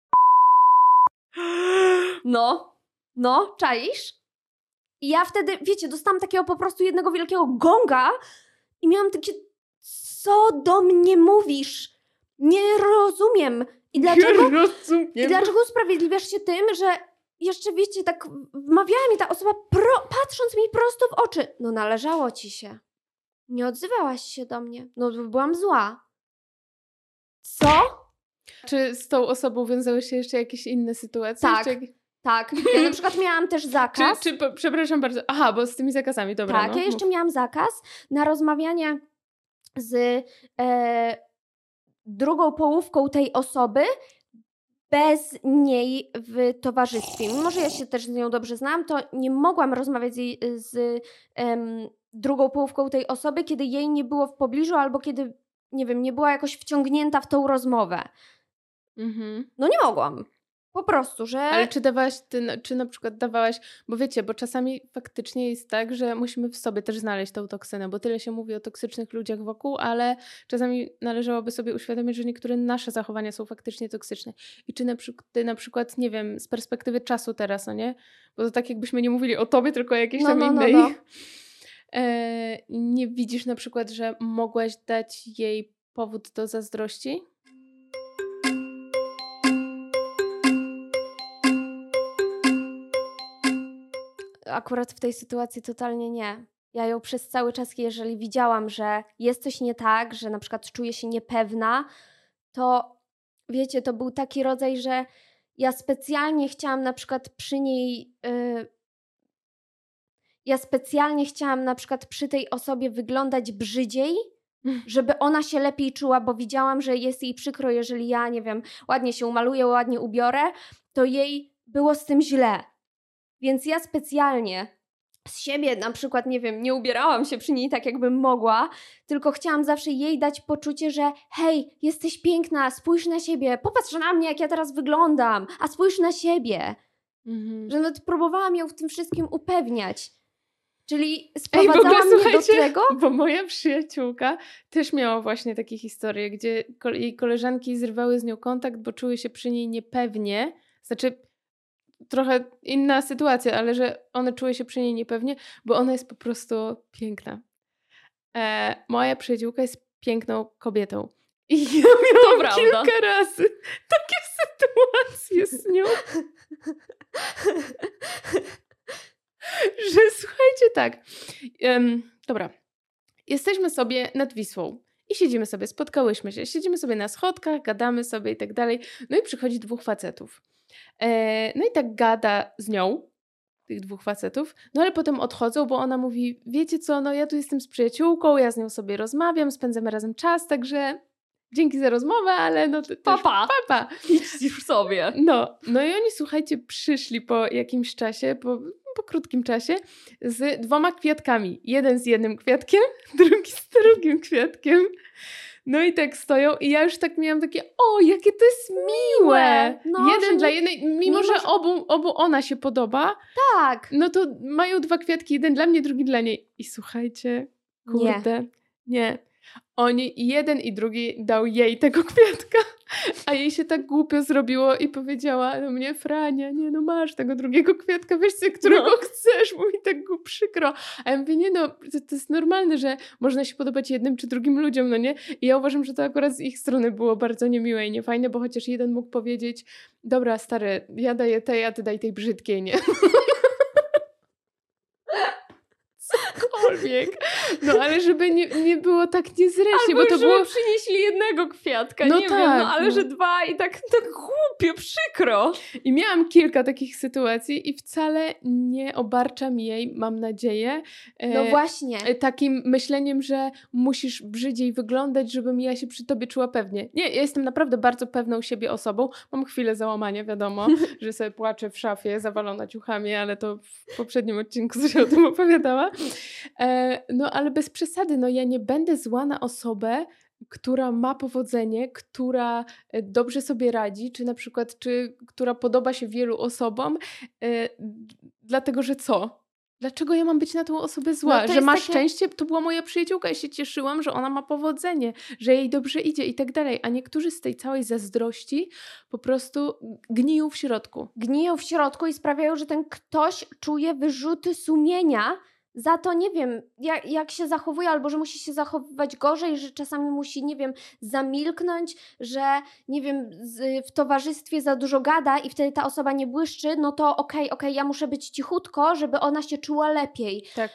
No, no, czaisz? I ja wtedy, wiecie, dostałam takiego po prostu jednego wielkiego gonga i miałam takie, co do mnie mówisz? Nie rozumiem. I dlaczego? Rozumiem. I dlaczego usprawiedliwiasz się tym, że jeszcze, wiecie, tak wmawiała mi ta osoba, pro, patrząc mi prosto w oczy. No należało ci się. Nie odzywałaś się do mnie. No byłam zła. Co? Czy z tą osobą wiązały się jeszcze jakieś inne sytuacje? Tak. Jeszcze jak... Tak. Ja na przykład miałam też zakaz. Czy, czy, po- przepraszam bardzo. Aha, bo z tymi zakazami, dobra. Tak, no, ja jeszcze mów. miałam zakaz na rozmawianie z e, drugą połówką tej osoby bez niej w towarzystwie. Mimo że ja się też z nią dobrze znam, to nie mogłam rozmawiać z, jej, z em, drugą połówką tej osoby, kiedy jej nie było w pobliżu albo kiedy, nie wiem, nie była jakoś wciągnięta w tą rozmowę. Mhm. No nie mogłam. Po prostu, że... Ale czy dawałaś, ty, na- czy na przykład dawałaś, bo wiecie, bo czasami faktycznie jest tak, że musimy w sobie też znaleźć tą toksynę, bo tyle się mówi o toksycznych ludziach wokół, ale czasami należałoby sobie uświadomić, że niektóre nasze zachowania są faktycznie toksyczne. I czy na przykład, ty na przykład, nie wiem, z perspektywy czasu teraz, no nie? Bo to tak jakbyśmy nie mówili o tobie, tylko o jakiejś No, tam no, no, innej. no. E, nie widzisz na przykład, że mogłaś dać jej powód do zazdrości? Akurat w tej sytuacji totalnie nie. Ja ją przez cały czas, jeżeli widziałam, że jest coś nie tak, że na przykład czuję się niepewna, to wiecie, to był taki rodzaj, że ja specjalnie chciałam na przykład przy niej... Yy, ja specjalnie chciałam na przykład przy tej osobie wyglądać brzydziej, żeby ona się lepiej czuła, bo widziałam, że jest jej przykro, jeżeli ja, nie wiem, ładnie się umaluję, ładnie ubiorę, to jej było z tym źle. Więc ja specjalnie z siebie na przykład, nie wiem, nie ubierałam się przy niej tak, jakbym mogła, tylko chciałam zawsze jej dać poczucie, że hej, jesteś piękna, spójrz na siebie, popatrz na mnie, jak ja teraz wyglądam, a spójrz na siebie. Mhm. Że nawet próbowałam ją w tym wszystkim upewniać. Czyli Ej, w ogóle sprowadzałam mnie do słuchajcie, tego. bo moja przyjaciółka też miała właśnie takie historie, gdzie kole- jej koleżanki zrywały z nią kontakt, bo czuły się przy niej niepewnie. Znaczy, trochę inna sytuacja, ale że one czuły się przy niej niepewnie, bo ona jest po prostu piękna. E, moja przyjaciółka jest piękną kobietą. I ja miałam prawda. kilka razy takie sytuacje z nią, że słuchajcie tak. em, dobra. Jesteśmy sobie nad Wisłą i siedzimy sobie, spotkałyśmy się, siedzimy sobie na schodkach, gadamy sobie i tak dalej. No i przychodzi dwóch facetów. E, no i tak gada z nią, tych dwóch facetów, no ale potem odchodzą, bo ona mówi, wiecie co, no ja tu jestem z przyjaciółką, ja z nią sobie rozmawiam, spędzamy razem czas, także dzięki za rozmowę, ale no to też Papa. papa. Idź już sobie. No, no i oni, słuchajcie, przyszli po jakimś czasie, po, po krótkim czasie, z dwoma kwiatkami. Jeden z jednym kwiatkiem, drugi z drugim kwiatkiem. No i tak stoją i ja już tak miałam takie, o, jakie to jest miłe. No, Jeden że dla nie- jednej, mimo mimo, że że- obu, obu ona się podoba, Tak. no to mają dwa kwiatki, jeden dla mnie, drugi dla niej. I słuchajcie, Nie. kurde, nie. Oni, jeden i drugi dał jej tego kwiatka, a jej się tak głupio zrobiło i powiedziała do mnie, Frania, nie no masz tego drugiego kwiatka, weź sobie którego No. chcesz, bo mi tak go przykro. A ja mówię, nie no, to, to jest normalne, że można się podobać jednym czy drugim ludziom, no nie? I ja uważam, że to akurat z ich strony było bardzo niemiłe i niefajne, bo chociaż jeden mógł powiedzieć, dobra stary, ja daję tej, a ty daj tej brzydkiej, nie? Cokolwiek. No ale żeby nie, nie było tak niezręcznie, Albo bo to żeby było... przynieśli jednego kwiatka, No nie tak, wiem, no ale no. że dwa i tak, tak głupio, przykro. I miałam kilka takich sytuacji i wcale nie obarczam jej, mam nadzieję, e, No właśnie. e, takim myśleniem, że musisz brzydziej wyglądać, żebym ja się przy tobie czuła pewnie. Nie, ja jestem naprawdę bardzo pewną siebie osobą. Mam chwilę załamania, wiadomo, że sobie płaczę w szafie, zawalona ciuchami, ale to w poprzednim odcinku coś o tym opowiadała. E, no ale bez przesady, no ja nie będę zła na osobę, która ma powodzenie, która e, dobrze sobie radzi, czy na przykład, czy która podoba się wielu osobom, e, d- dlatego, że co? Dlaczego ja mam być na tą osobę zła? No to że jest ma takie- szczęście, to była moja przyjaciółka i się cieszyłam, że ona ma powodzenie, że jej dobrze idzie i tak dalej. A niektórzy z tej całej zazdrości po prostu gniją w środku. Gniją w środku i sprawiają, że ten ktoś czuje wyrzuty sumienia za to, nie wiem, jak, jak się zachowuje, albo że musi się zachowywać gorzej, że czasami musi, nie wiem, zamilknąć, że, nie wiem, z, w towarzystwie za dużo gada i wtedy ta osoba nie błyszczy, no to okej, okej, ja muszę być cichutko, żeby ona się czuła lepiej. Tak.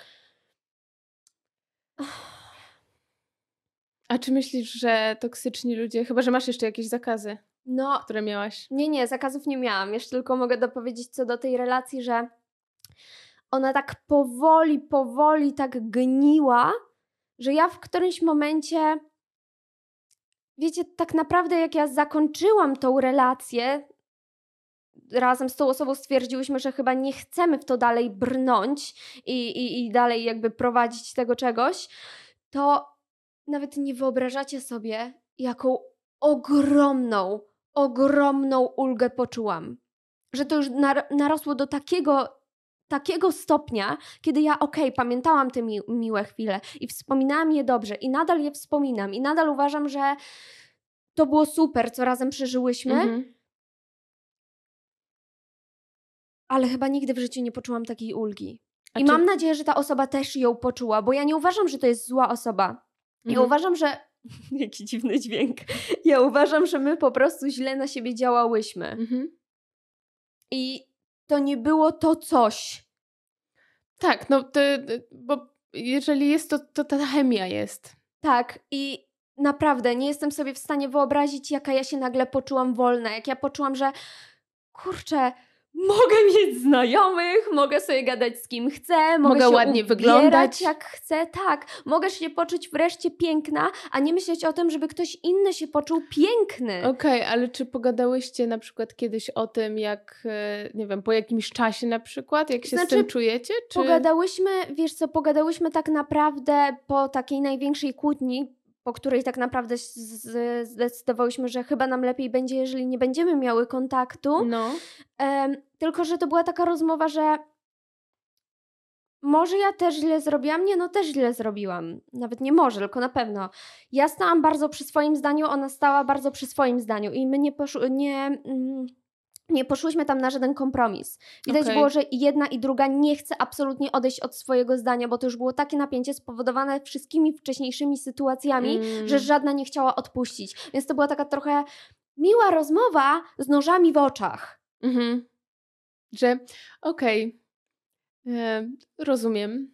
A czy myślisz, że toksyczni ludzie, chyba że masz jeszcze jakieś zakazy, No, które miałaś? nie, nie, zakazów nie miałam. Jeszcze tylko mogę dopowiedzieć co do tej relacji, że ona tak powoli, powoli tak gniła, że ja w którymś momencie, wiecie, tak naprawdę jak ja zakończyłam tą relację, razem z tą osobą stwierdziłyśmy, że chyba nie chcemy w to dalej brnąć i, i, i dalej jakby prowadzić tego czegoś, to nawet nie wyobrażacie sobie, jaką ogromną, ogromną ulgę poczułam. Że to już nar- narosło do takiego, takiego stopnia, kiedy ja okej, pamiętałam te mi- miłe chwile i wspominałam je dobrze i nadal je wspominam i nadal uważam, że to było super, co razem przeżyłyśmy, Mhm. ale chyba nigdy w życiu nie poczułam takiej ulgi. A I czy- mam nadzieję, że ta osoba też ją poczuła, bo ja nie uważam, że to jest zła osoba. Ja Mhm. uważam, że... Jaki dziwny dźwięk. Ja uważam, że my po prostu źle na siebie działałyśmy. Mhm. I to nie było to coś. Tak, no to, bo jeżeli jest to, to ta chemia jest. Tak, i naprawdę nie jestem sobie w stanie wyobrazić, jaka ja się nagle poczułam wolna. Jak ja poczułam, że kurczę, mogę mieć znajomych, mogę sobie gadać z kim chcę, mogę, Mogę się ładnie ubierać wyglądać. jak chcę, tak. Mogę się poczuć wreszcie piękna, a nie myśleć o tym, żeby ktoś inny się poczuł piękny. Okej, ale czy pogadałyście na przykład kiedyś o tym, jak, e, nie wiem, po jakimś czasie na przykład, jak się z Znaczy, tym czujecie? Czy... Pogadałyśmy, wiesz co, pogadałyśmy tak naprawdę po takiej największej kłótni, po której tak naprawdę z- z- zdecydowałyśmy, że chyba nam lepiej będzie, jeżeli nie będziemy miały kontaktu. No, Em, tylko, że to była taka rozmowa, że może ja też źle zrobiłam? Nie, no też źle zrobiłam. Nawet nie może, tylko na pewno. Ja stałam bardzo przy swoim zdaniu, ona stała bardzo przy swoim zdaniu i my nie, poszu- nie, mm, nie poszłyśmy tam na żaden kompromis. Widać Okej. było, że i jedna i druga nie chce absolutnie odejść od swojego zdania, bo to już było takie napięcie spowodowane wszystkimi wcześniejszymi sytuacjami, Mm. że żadna nie chciała odpuścić. Więc to była taka trochę miła rozmowa z nożami w oczach. Mhm. Że okej, e, rozumiem.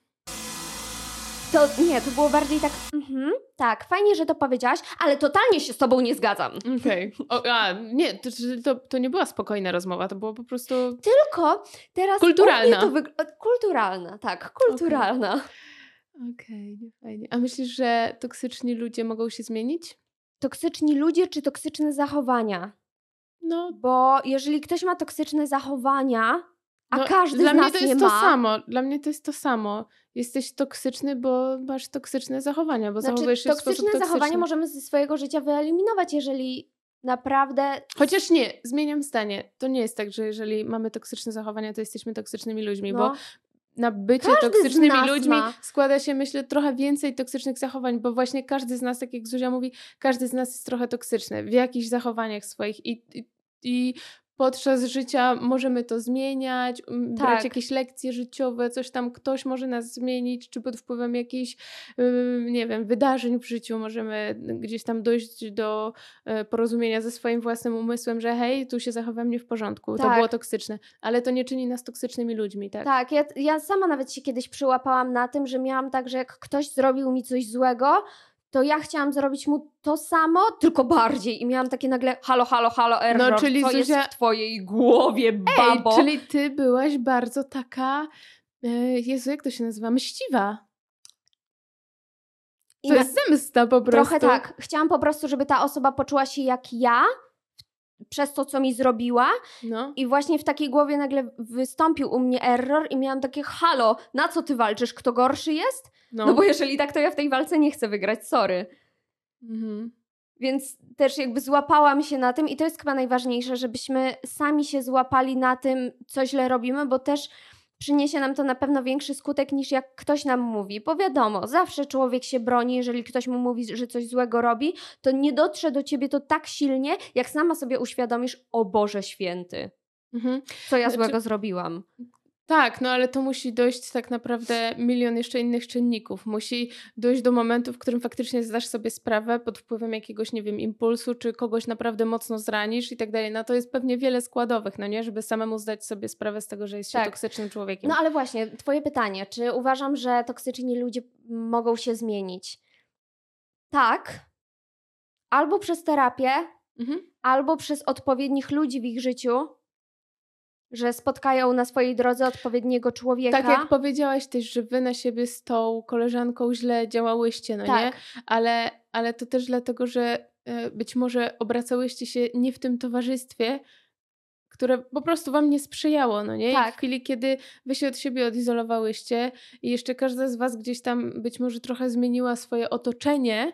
To nie, to było bardziej tak, mhm, tak, fajnie, że to powiedziałaś, ale totalnie się z tobą nie zgadzam. Okej. O, a, nie, to, to, to nie była spokojna rozmowa, to było po prostu... Tylko teraz Kulturalna. u mnie to wygl- kulturalna, tak, kulturalna. Okej, nie fajnie. A myślisz, że toksyczni ludzie mogą się zmienić? Toksyczni ludzie czy toksyczne zachowania? No, Bo jeżeli ktoś ma toksyczne zachowania, a no, każdy dla z mnie nas to nie jest to ma, samo. Dla mnie to jest to samo. Jesteś toksyczny, bo masz toksyczne zachowania, bo znaczy zachowujesz się w sposób toksyczne toksyczny. zachowania możemy ze swojego życia wyeliminować, jeżeli naprawdę... Chociaż nie, zmieniam zdanie. To nie jest tak, że jeżeli mamy toksyczne zachowania, to jesteśmy toksycznymi ludźmi, No, bo na bycie każdy z toksycznymi nas ludźmi ma. składa się, myślę, trochę więcej toksycznych zachowań, bo właśnie każdy z nas, tak jak Zuzia mówi, każdy z nas jest trochę toksyczny w jakichś zachowaniach swoich i, i, i podczas życia możemy to zmieniać, m, brać Tak. jakieś lekcje życiowe, coś tam ktoś może nas zmienić, czy pod wpływem jakichś, ym, nie wiem, wydarzeń w życiu możemy gdzieś tam dojść do e, porozumienia ze swoim własnym umysłem, że hej, tu się zachowałem nie w porządku, to Tak. było toksyczne, ale to nie czyni nas toksycznymi ludźmi, tak? Tak, ja, ja sama nawet się kiedyś przyłapałam na tym, że miałam tak, że jak ktoś zrobił mi coś złego, to ja chciałam zrobić mu to samo, tylko bardziej. I miałam takie nagle halo, halo, halo, error, No, czyli co jest Zuzia- w twojej głowie, babo? Ej, czyli ty byłaś bardzo taka, e, Jezu, jak to się nazywa, mściwa. I To na- jest zemsta po prostu. Trochę tak. Chciałam po prostu, żeby ta osoba poczuła się jak ja przez to, co mi zrobiła. No. I właśnie w takiej głowie nagle wystąpił u mnie error i miałam takie halo, na co ty walczysz? Kto gorszy jest? No. No bo jeżeli tak, to ja w tej walce nie chcę wygrać, sorry. Mhm. Więc też jakby złapałam się na tym i to jest chyba najważniejsze, żebyśmy sami się złapali na tym, co źle robimy, bo też przyniesie nam to na pewno większy skutek niż jak ktoś nam mówi. Bo wiadomo, zawsze człowiek się broni, jeżeli ktoś mu mówi, że coś złego robi, to nie dotrze do ciebie to tak silnie, jak sama sobie uświadomisz, o Boże Święty, Mhm. co ja Znaczy- złego zrobiłam. Tak, no ale to musi dojść tak naprawdę milion jeszcze innych czynników. Musi dojść do momentu, w którym faktycznie zdasz sobie sprawę pod wpływem jakiegoś, nie wiem, impulsu, czy kogoś naprawdę mocno zranisz i tak dalej. No to jest pewnie wiele składowych, no nie? Żeby samemu zdać sobie sprawę z tego, że jest się Tak. toksycznym człowiekiem. No ale właśnie, twoje pytanie, czy uważam, że toksyczni ludzie mogą się zmienić? Tak. Albo przez terapię, Mhm. albo przez odpowiednich ludzi w ich życiu, że spotkają na swojej drodze odpowiedniego człowieka. Tak jak powiedziałaś też, że wy na siebie z tą koleżanką źle działałyście, no nie? Tak. Ale, ale to też dlatego, że e, być może obracałyście się nie w tym towarzystwie, które po prostu wam nie sprzyjało, no nie? I Tak. w chwili, kiedy wy się od siebie odizolowałyście i jeszcze każda z was gdzieś tam być może trochę zmieniła swoje otoczenie,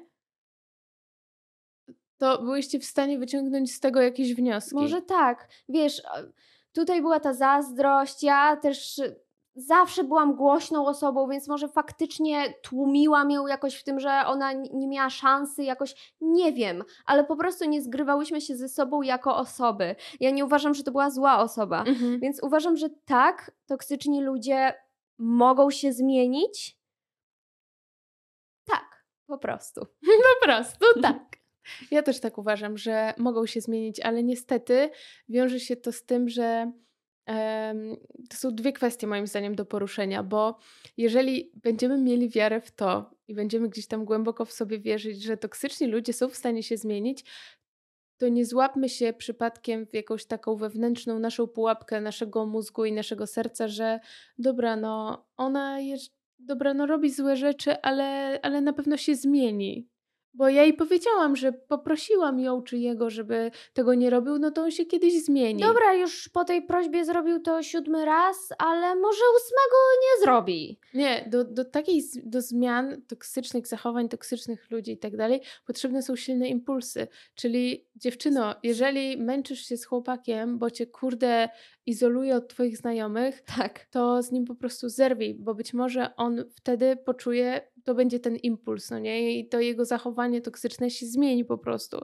to byłyście w stanie wyciągnąć z tego jakieś wnioski. Może tak. Wiesz, e, tutaj była ta zazdrość, ja też e, zawsze byłam głośną osobą, więc może faktycznie tłumiłam ją jakoś w tym, że ona n- nie miała szansy, jakoś nie wiem, ale po prostu nie zgrywałyśmy się ze sobą jako osoby. Ja nie uważam, że to była zła osoba. Mhm. Więc uważam, że tak, toksyczni ludzie mogą się zmienić. Tak, po prostu. Po prostu tak. Ja też tak uważam, że mogą się zmienić, ale niestety wiąże się to z tym, że em, to są dwie kwestie moim zdaniem do poruszenia, bo jeżeli będziemy mieli wiarę w to i będziemy gdzieś tam głęboko w sobie wierzyć, że toksyczni ludzie są w stanie się zmienić, to nie złapmy się przypadkiem w jakąś taką wewnętrzną naszą pułapkę naszego mózgu i naszego serca, że dobra, no ona jest, dobra, no robi złe rzeczy, ale, ale na pewno się zmieni. Bo ja jej powiedziałam, że poprosiłam ją czy jego, żeby tego nie robił, no to on się kiedyś zmieni. Dobra, już po tej prośbie zrobił to siódmy raz, ale może ósmego nie zrobi. Nie, do, do takiej, z- do zmian toksycznych zachowań, toksycznych ludzi i tak dalej, potrzebne są silne impulsy. Czyli dziewczyno, jeżeli męczysz się z chłopakiem, bo cię kurde izoluje od twoich znajomych, Tak. to z nim po prostu zerwij, bo być może on wtedy poczuje, to będzie ten impuls, no nie? I to jego zachowanie toksyczne się zmieni po prostu.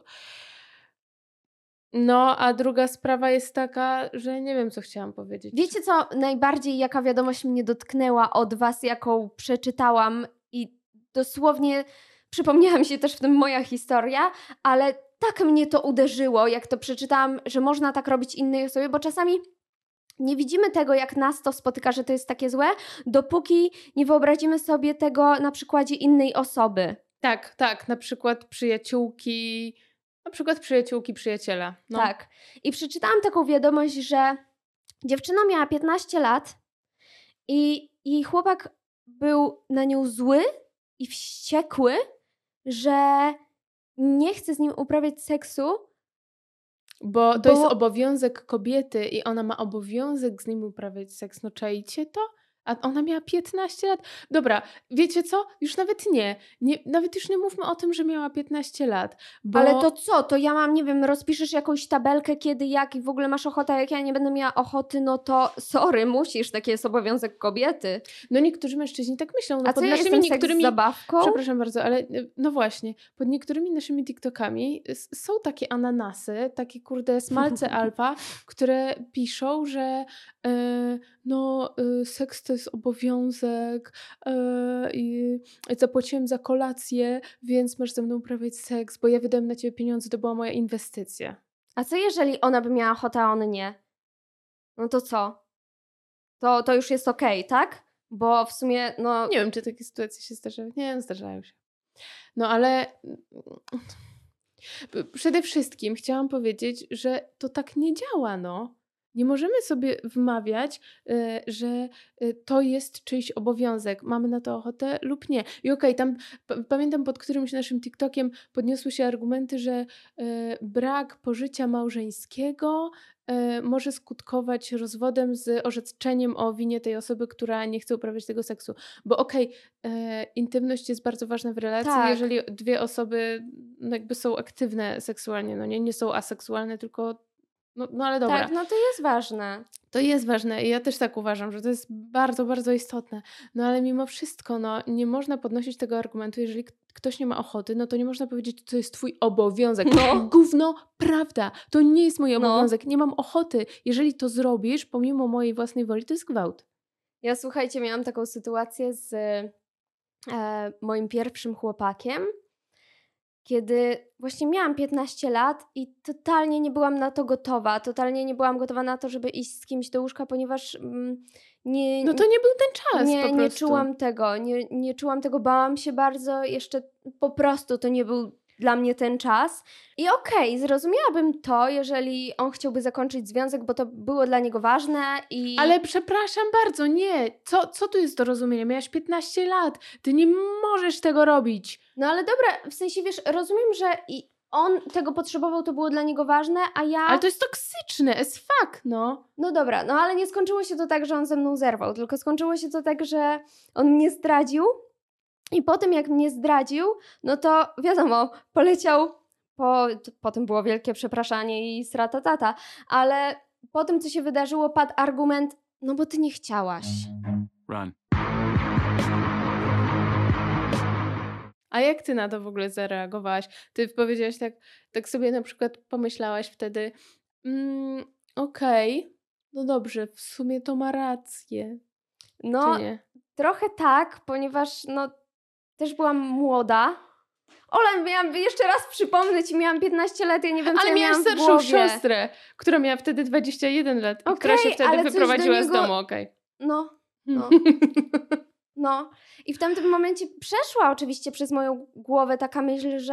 No, a druga sprawa jest taka, że nie wiem, co chciałam powiedzieć. Wiecie co, najbardziej jaka wiadomość mnie dotknęła od was, jaką przeczytałam i dosłownie przypomniała mi się też w tym moja historia, ale tak mnie to uderzyło, jak to przeczytałam, że można tak robić innej osobie, bo czasami nie widzimy tego, jak nas to spotyka, że to jest takie złe, dopóki nie wyobrazimy sobie tego na przykładzie innej osoby. Tak, tak, na przykład przyjaciółki, na przykład przyjaciółki przyjaciela. No. Tak. I przeczytałam taką wiadomość, że dziewczyna miała piętnaście lat i jej chłopak był na nią zły i wściekły, że nie chce z nim uprawiać seksu. Bo to Bo- jest obowiązek kobiety i ona ma obowiązek z nim uprawiać seks. No czajcie to? A ona miała piętnaście lat. Dobra, wiecie co? Już nawet nie. nie. Nawet już nie mówmy o tym, że miała piętnaście lat. Bo... Ale to co? To ja mam, nie wiem, rozpiszesz jakąś tabelkę, kiedy, jak i w ogóle masz ochotę, a jak ja nie będę miała ochoty, no to sorry, musisz, taki jest obowiązek kobiety. No niektórzy mężczyźni tak myślą. No A co, pod ja naszymi jestem seks niektórymi... z zabawką? Przepraszam bardzo, ale y, no właśnie, pod niektórymi naszymi TikTokami s- są takie ananasy, takie kurde smalce alfa, które piszą, że e, no y, seks to jest obowiązek e, i zapłaciłem za kolację, więc masz ze mną uprawiać seks, bo ja wydałem na ciebie pieniądze, to była moja inwestycja. A co jeżeli ona by miała ochotę, a on nie? No to co? To, to już jest okej, tak? Bo w sumie, no... Nie wiem, czy takie sytuacje się zdarzają. Nie, no, zdarzają się. No ale p- przede wszystkim chciałam powiedzieć, że to tak nie działa, no. Nie możemy sobie wmawiać, y, że y, to jest czyjś obowiązek. Mamy na to ochotę lub nie. I okej, tam p- pamiętam pod którymś naszym TikTokiem podniosły się argumenty, że y, brak pożycia małżeńskiego y, może skutkować rozwodem z orzeczeniem o winie tej osoby, która nie chce uprawiać tego seksu. Bo okej, e, intymność jest bardzo ważna w relacji, Tak. jeżeli dwie osoby no jakby są aktywne seksualnie, no nie, nie są aseksualne, tylko no, no ale dobra. Tak, no to jest ważne. To jest ważne i ja też tak uważam, że to jest bardzo, bardzo istotne. No ale mimo wszystko, no nie można podnosić tego argumentu, jeżeli k- ktoś nie ma ochoty, no to nie można powiedzieć, to jest twój obowiązek. No. Gówno, prawda, to nie jest mój No. obowiązek, nie mam ochoty. Jeżeli to zrobisz, pomimo mojej własnej woli, to jest gwałt. Ja słuchajcie, miałam taką sytuację z e, moim pierwszym chłopakiem, kiedy właśnie miałam piętnaście lat i totalnie nie byłam na to gotowa. Totalnie nie byłam gotowa na to, żeby iść z kimś do łóżka, ponieważ mm, nie, No to nie był ten czas nie, po nie prostu. czułam tego. Nie, nie czułam tego, bałam się bardzo. Jeszcze po prostu to nie był dla mnie ten czas. I okej, zrozumiałabym to, jeżeli on chciałby zakończyć związek, bo to było dla niego ważne i... Ale przepraszam bardzo, nie. Co, co tu jest do rozumienia? Miałaś piętnaście lat. Ty nie możesz tego robić. No ale dobra, w sensie wiesz, rozumiem, że i on tego potrzebował, to było dla niego ważne, a ja... Ale to jest toksyczne, as fuck, no. No dobra, no ale nie skończyło się to tak, że on ze mną zerwał, tylko skończyło się to tak, że on mnie zdradził i po tym jak mnie zdradził, no to wiadomo, poleciał, po, potem było wielkie przepraszanie i sratatata, ale po tym co się wydarzyło padł argument, no bo ty nie chciałaś. Run. A jak ty na to w ogóle zareagowałaś? Ty powiedziałaś tak, tak sobie na przykład pomyślałaś wtedy, mm, okej, no dobrze, w sumie to ma rację, No czy nie? trochę tak, ponieważ no też byłam młoda. Ola, miałam jeszcze raz przypomnę ci, miałam piętnaście lat, ja nie wiem, co Ale ja miałaś miałam w starszą głowie. siostrę, która miała wtedy dwadzieścia jeden lat i która się Okej, wtedy ale coś do wyprowadziła z niego- domu, okej. No, no, no. I w tamtym momencie przeszła oczywiście przez moją głowę taka myśl, że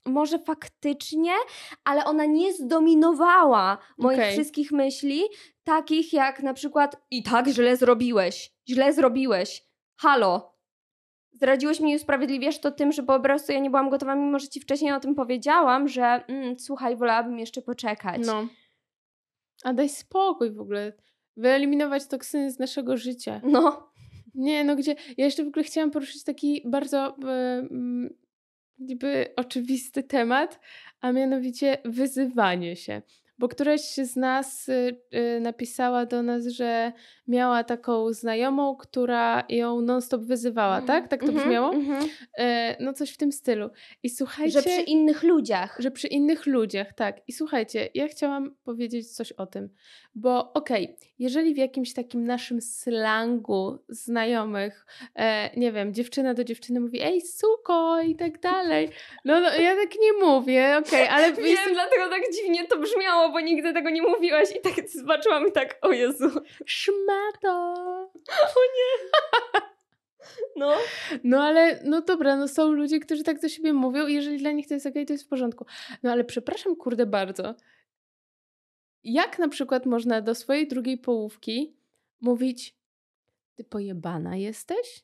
może faktycznie, ale ona nie zdominowała moich Okej. wszystkich myśli, takich jak na przykład i tak źle zrobiłeś, źle zrobiłeś, halo, zdradziłeś mnie i usprawiedliwiasz to tym, że po prostu ja nie byłam gotowa, mimo że ci wcześniej o tym powiedziałam, że mm, słuchaj, wolałabym jeszcze poczekać. No. A daj spokój w ogóle. Wyeliminować toksyny z naszego życia. No. Nie, no gdzie... Ja jeszcze w ogóle chciałam poruszyć taki bardzo e, mm, niby oczywisty temat, a mianowicie wyzywanie się. Bo któraś z nas y, y, napisała do nas, że miała taką znajomą, która ją non-stop wyzywała, tak? Tak to Mhm, brzmiało? mhm. E, no coś w tym stylu. I słuchajcie... Że przy innych ludziach. Że przy innych ludziach, tak. I słuchajcie, ja chciałam powiedzieć coś o tym, bo okej, okay, jeżeli w jakimś takim naszym slangu znajomych, e, nie wiem, dziewczyna do dziewczyny mówi ej, suko i tak dalej, no, no ja tak nie mówię, okej, okay, ale... Wiem, jestem... dlatego tak dziwnie to brzmiało, bo nigdy tego nie mówiłaś i tak zobaczyłam i tak, o Jezu. Szmato! O nie! No. No ale, no dobra, no są ludzie, którzy tak do siebie mówią i jeżeli dla nich to jest okej, to jest w porządku. No ale przepraszam, kurde, bardzo. Jak na przykład można do swojej drugiej połówki mówić ty pojebana jesteś?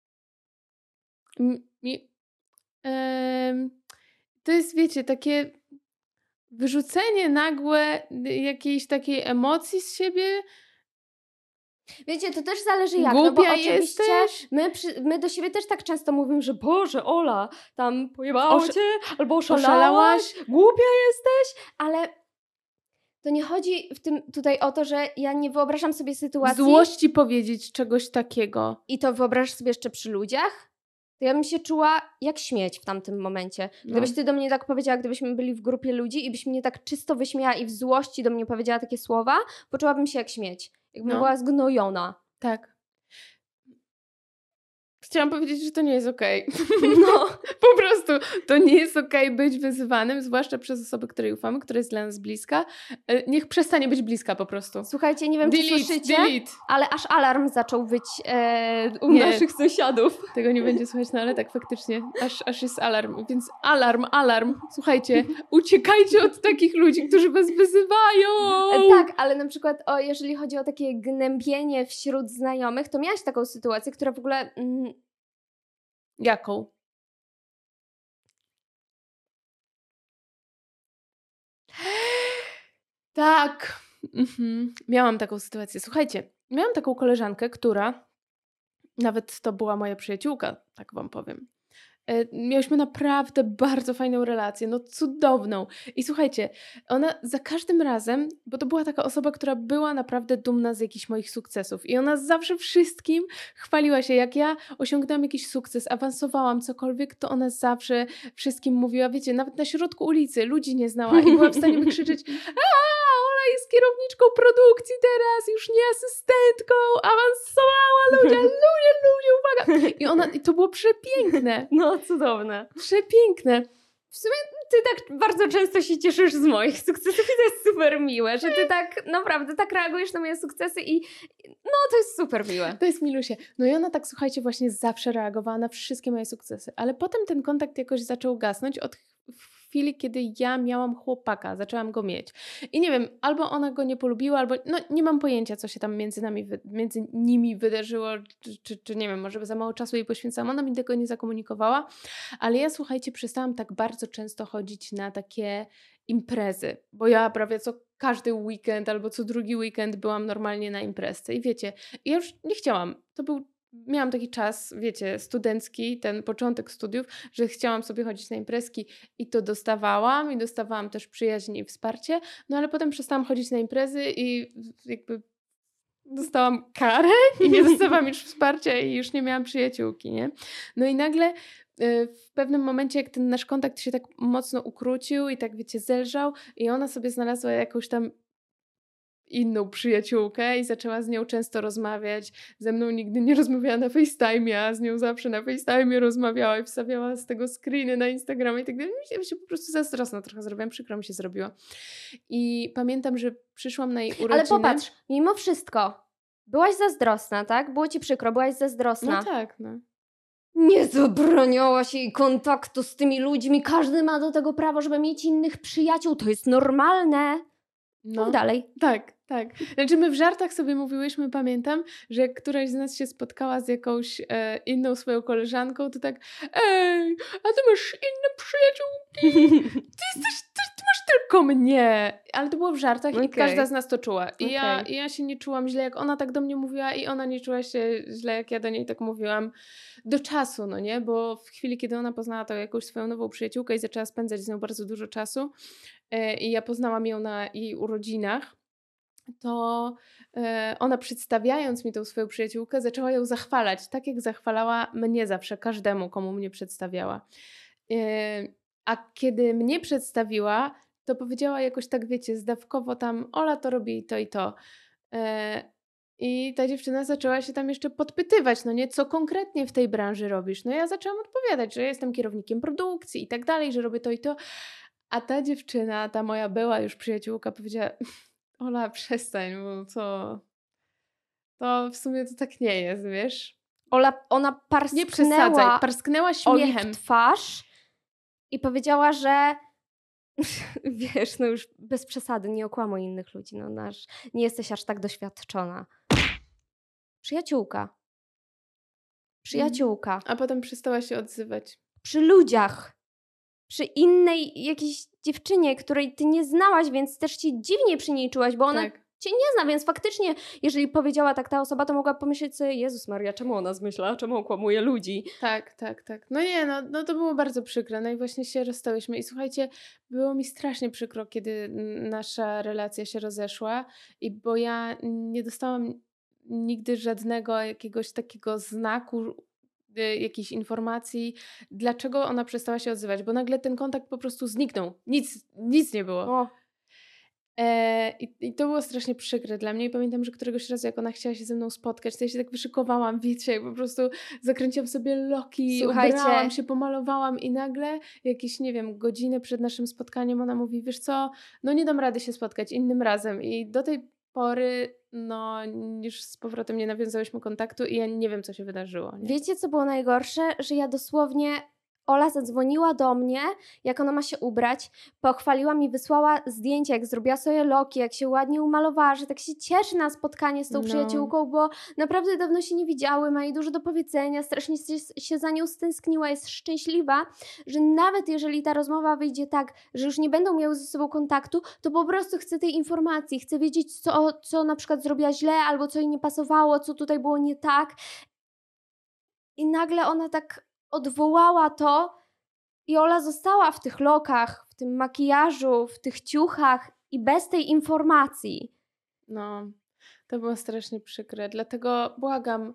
M- mi, em, to jest, wiecie, takie wyrzucenie nagłe jakiejś takiej emocji z siebie. Wiecie, to też zależy jak, Głupia no bo oczywiście jesteś? my, przy, my do siebie też tak często mówimy, że Boże, Ola, tam pojebało Osz- cię, albo oszalałaś, oszalałaś? głupia jesteś, ale to nie chodzi w tym tutaj o to, że ja nie wyobrażam sobie W sytuacji złości powiedzieć czegoś takiego. i to wyobrażasz sobie jeszcze przy ludziach, to ja bym się czuła jak śmieć w tamtym momencie. Gdybyś No. ty do mnie tak powiedziała, gdybyśmy byli w grupie ludzi i byś mnie tak czysto wyśmiała i w złości do mnie powiedziała takie słowa, poczułabym się jak śmieć. Jakbym No. była zgnojona. Tak. Chciałam powiedzieć, że to nie jest okej. No. Po prostu to nie jest okej być wyzywanym, zwłaszcza przez osobę, której ufamy, która jest dla nas bliska. E, Niech przestanie być bliska po prostu. Słuchajcie, nie wiem Delete, czy słyszycie, delete. ale aż alarm zaczął być e, u Nie. naszych sąsiadów. Tego nie będzie słychać, no ale tak faktycznie, aż, aż jest alarm. Więc alarm, alarm. Słuchajcie, uciekajcie od takich ludzi, którzy was wyzywają. E, tak, ale na przykład o, jeżeli chodzi o takie gnębienie wśród znajomych, to miałaś taką sytuację, która w ogóle... Mm, Jaką? Tak. Mhm. Miałam taką sytuację. Słuchajcie, miałam taką koleżankę, która, nawet to była moja przyjaciółka, tak wam powiem. E, Miałyśmy naprawdę bardzo fajną relację, no cudowną. I słuchajcie, ona za każdym razem, bo to była taka osoba, która była naprawdę dumna z jakichś moich sukcesów i ona zawsze wszystkim chwaliła się, jak ja osiągnęłam jakiś sukces, awansowałam, cokolwiek, to ona zawsze wszystkim mówiła, wiecie, nawet na środku ulicy ludzi nie znała i była w stanie wykrzyczeć a ona jest kierowniczką produkcji teraz, już nie asystentką, awansowała, ludzie, ludzie, ludzie, uwaga. I ona, i to było przepiękne. no, cudowne. Przepiękne. W sumie ty tak bardzo często się cieszysz z moich sukcesów i to jest super miłe, że ty tak naprawdę tak reagujesz na moje sukcesy i no to jest super miłe. To jest milusie. No i ona tak, słuchajcie, właśnie zawsze reagowała na wszystkie moje sukcesy, ale potem ten kontakt jakoś zaczął gasnąć od chwili, kiedy ja miałam chłopaka, zaczęłam go mieć. I nie wiem, albo ona go nie polubiła, albo no nie mam pojęcia, co się tam między nami, między nimi wydarzyło, czy, czy, czy nie wiem, może za mało czasu jej poświęcałam, ona mi tego nie zakomunikowała, ale ja, słuchajcie, przestałam tak bardzo często chodzić na takie imprezy, bo ja prawie co każdy weekend albo co drugi weekend byłam normalnie na imprezce i wiecie, ja już nie chciałam, to był miałam taki czas, wiecie, studencki, ten początek studiów, że chciałam sobie chodzić na imprezki i to dostawałam i dostawałam też przyjaźń i wsparcie, no ale potem przestałam chodzić na imprezy i jakby dostałam karę i nie dostawałam już wsparcia i już nie miałam przyjaciółki, nie? No i nagle y, w pewnym momencie, jak ten nasz kontakt się tak mocno ukrócił i tak, wiecie, zelżał i ona sobie znalazła jakąś tam inną przyjaciółkę i zaczęła z nią często rozmawiać. Ze mną nigdy nie rozmawiała na FaceTime, a z nią zawsze na FaceTime rozmawiała i wstawiała z tego screeny na Instagramie i tak dalej. Ja się po prostu zazdrosna trochę zrobiłam, przykro mi się zrobiło. I pamiętam, że przyszłam na jej urodziny. Ale popatrz, mimo wszystko, byłaś zazdrosna, tak? Było ci przykro, byłaś zazdrosna. No tak, no. Nie zabraniałaś jej kontaktu z tymi ludźmi. Każdy ma do tego prawo, żeby mieć innych przyjaciół. To jest normalne. No. Mów dalej. Tak, tak. Znaczy my w żartach sobie mówiłyśmy, pamiętam, że jak któraś z nas się spotkała z jakąś e, inną swoją koleżanką, to tak ej, a ty masz inne przyjaciółki? Ty jesteś, ty, ty masz tylko mnie. Ale to było w żartach okay. i każda z nas to czuła. I, okay. ja, I ja się nie czułam źle, jak ona tak do mnie mówiła i ona nie czuła się źle, jak ja do niej tak mówiłam. Do czasu, no nie? Bo w chwili, kiedy ona poznała tą jakąś swoją nową przyjaciółkę i zaczęła spędzać z nią bardzo dużo czasu e, i ja poznałam ją na jej urodzinach, to e, ona przedstawiając mi tą swoją przyjaciółkę zaczęła ją zachwalać, tak jak zachwalała mnie zawsze, każdemu, komu mnie przedstawiała. E, a kiedy mnie przedstawiła, to powiedziała jakoś tak, wiecie, zdawkowo tam Ola to robi to i to. E, I ta dziewczyna zaczęła się tam jeszcze podpytywać, no nie, co konkretnie w tej branży robisz? No ja zaczęłam odpowiadać, że jestem kierownikiem produkcji i tak dalej, że robię to i to. A ta dziewczyna, ta moja była już przyjaciółka powiedziała... Ola, przestań, bo to, to w sumie to tak nie jest, wiesz? Ola, ona parsknęła, nie przesadzaj, parsknęła śmiechem Oli w twarz i powiedziała, że wiesz, no już bez przesady, nie okłamuj innych ludzi, no nasz, nie jesteś aż tak doświadczona. Przyjaciółka. Przyjaciółka. Mm. A potem przestała się odzywać. Przy ludziach. Przy innej jakiejś dziewczynie, której ty nie znałaś, więc też się dziwnie przy niej czułaś, bo ona tak. cię nie zna, więc faktycznie, jeżeli powiedziała tak ta osoba, to mogła pomyśleć sobie, Jezus Maria, czemu ona zmyśla, czemu okłamuje ludzi? Tak, tak, tak. No nie, no, no to było bardzo przykre, no i właśnie się rozstałyśmy i słuchajcie, było mi strasznie przykro, kiedy nasza relacja się rozeszła i bo ja nie dostałam nigdy żadnego jakiegoś takiego znaku, jakiejś informacji, dlaczego ona przestała się odzywać, bo nagle ten kontakt po prostu zniknął. Nic, nic nie było. O. E, i, I to było strasznie przykre dla mnie i pamiętam, że któregoś razu jak ona chciała się ze mną spotkać, to ja się tak wyszykowałam, wiecie, po prostu zakręciłam sobie loki, Słuchajcie. ubrałam się, pomalowałam i nagle jakieś, nie wiem, godziny przed naszym spotkaniem ona mówi, wiesz co, no nie dam rady się spotkać innym razem i do tej pory no już z powrotem nie nawiązałyśmy kontaktu i ja nie wiem, co się wydarzyło. Nie? Wiecie, co było najgorsze? Że ja dosłownie... Ola zadzwoniła do mnie, jak ona ma się ubrać, pochwaliła mi, wysłała zdjęcia, jak zrobiła sobie loki, jak się ładnie umalowała, że tak się cieszy na spotkanie z tą no. przyjaciółką, bo naprawdę dawno się nie widziały, ma jej dużo do powiedzenia, strasznie się za nią stęskniła, jest szczęśliwa, że nawet jeżeli ta rozmowa wyjdzie tak, że już nie będą miały ze sobą kontaktu, to po prostu chce tej informacji, chce wiedzieć, co, co na przykład zrobiła źle, albo co jej nie pasowało, co tutaj było nie tak. I nagle ona tak odwołała to i Ola została w tych lokach, w tym makijażu, w tych ciuchach i bez tej informacji. No, to było strasznie przykre. Dlatego błagam,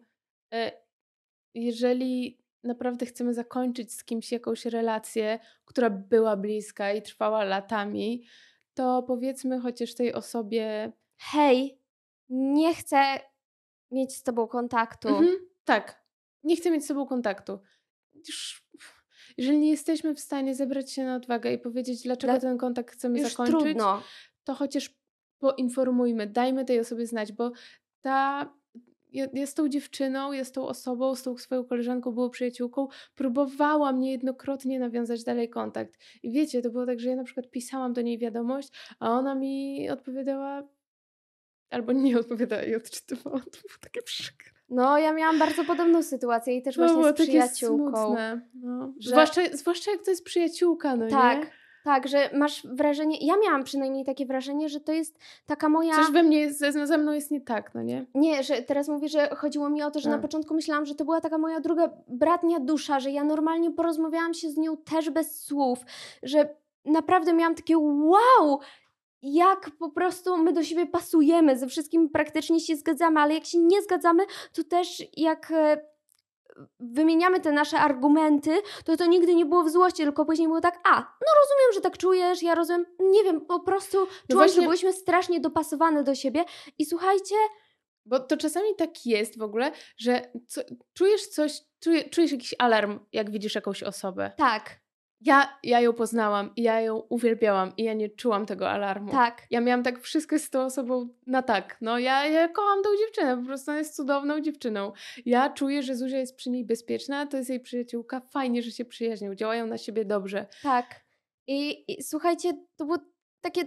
jeżeli naprawdę chcemy zakończyć z kimś jakąś relację, która była bliska i trwała latami, to powiedzmy chociaż tej osobie: hej, nie chcę mieć z tobą kontaktu. Mhm, tak, nie chcę mieć z tobą kontaktu. Już, jeżeli nie jesteśmy w stanie zebrać się na odwagę i powiedzieć, dlaczego Dla... ten kontakt chcemy już zakończyć, trudno. to chociaż poinformujmy, dajmy tej osobie znać, bo ta jest tą dziewczyną, jest tą osobą, z tą swoją koleżanką, była przyjaciółką, próbowałam niejednokrotnie nawiązać dalej kontakt. I wiecie, to było tak, że ja na przykład pisałam do niej wiadomość, a ona mi odpowiadała albo nie odpowiadała i odczytywała. To było takie przykre. No, ja miałam bardzo podobną sytuację i też to właśnie było z przyjaciółką. Takie smutne. No. Że... Zwłaszcza, zwłaszcza jak to jest przyjaciółka, no tak, nie? Tak, że masz wrażenie, ja miałam przynajmniej takie wrażenie, że to jest taka moja... Coś we mnie, jest, ze, ze mną jest nie tak, no nie? Nie, że teraz mówię, że chodziło mi o to, że A. na początku myślałam, że to była taka moja druga bratnia dusza, że ja normalnie porozmawiałam się z nią też bez słów, że naprawdę miałam takie wow, jak po prostu my do siebie pasujemy, ze wszystkim praktycznie się zgadzamy, ale jak się nie zgadzamy, to też jak wymieniamy te nasze argumenty, to to nigdy nie było w złości, tylko później było tak, a, no rozumiem, że tak czujesz, ja rozumiem, nie wiem, po prostu no czułam, właśnie... że byłyśmy strasznie dopasowane do siebie i słuchajcie... Bo to czasami tak jest w ogóle, że co, czujesz coś, czuje, czujesz jakiś alarm, jak widzisz jakąś osobę. Tak. Ja, ja ją poznałam i ja ją uwielbiałam i ja nie czułam tego alarmu. Tak. Ja miałam tak wszystko z tą osobą na tak. No ja, ja kocham tą dziewczynę, po prostu ona jest cudowną dziewczyną. Ja czuję, że Zuzia jest przy niej bezpieczna, to jest jej przyjaciółka, fajnie, że się przyjaźnią, działają na siebie dobrze. Tak. I, i słuchajcie, to było takie...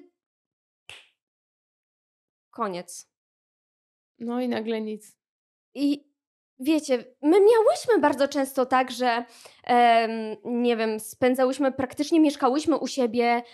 Koniec. No i nagle nic. I wiecie, my miałyśmy bardzo często tak, że em, nie wiem, spędzałyśmy, praktycznie mieszkałyśmy u siebie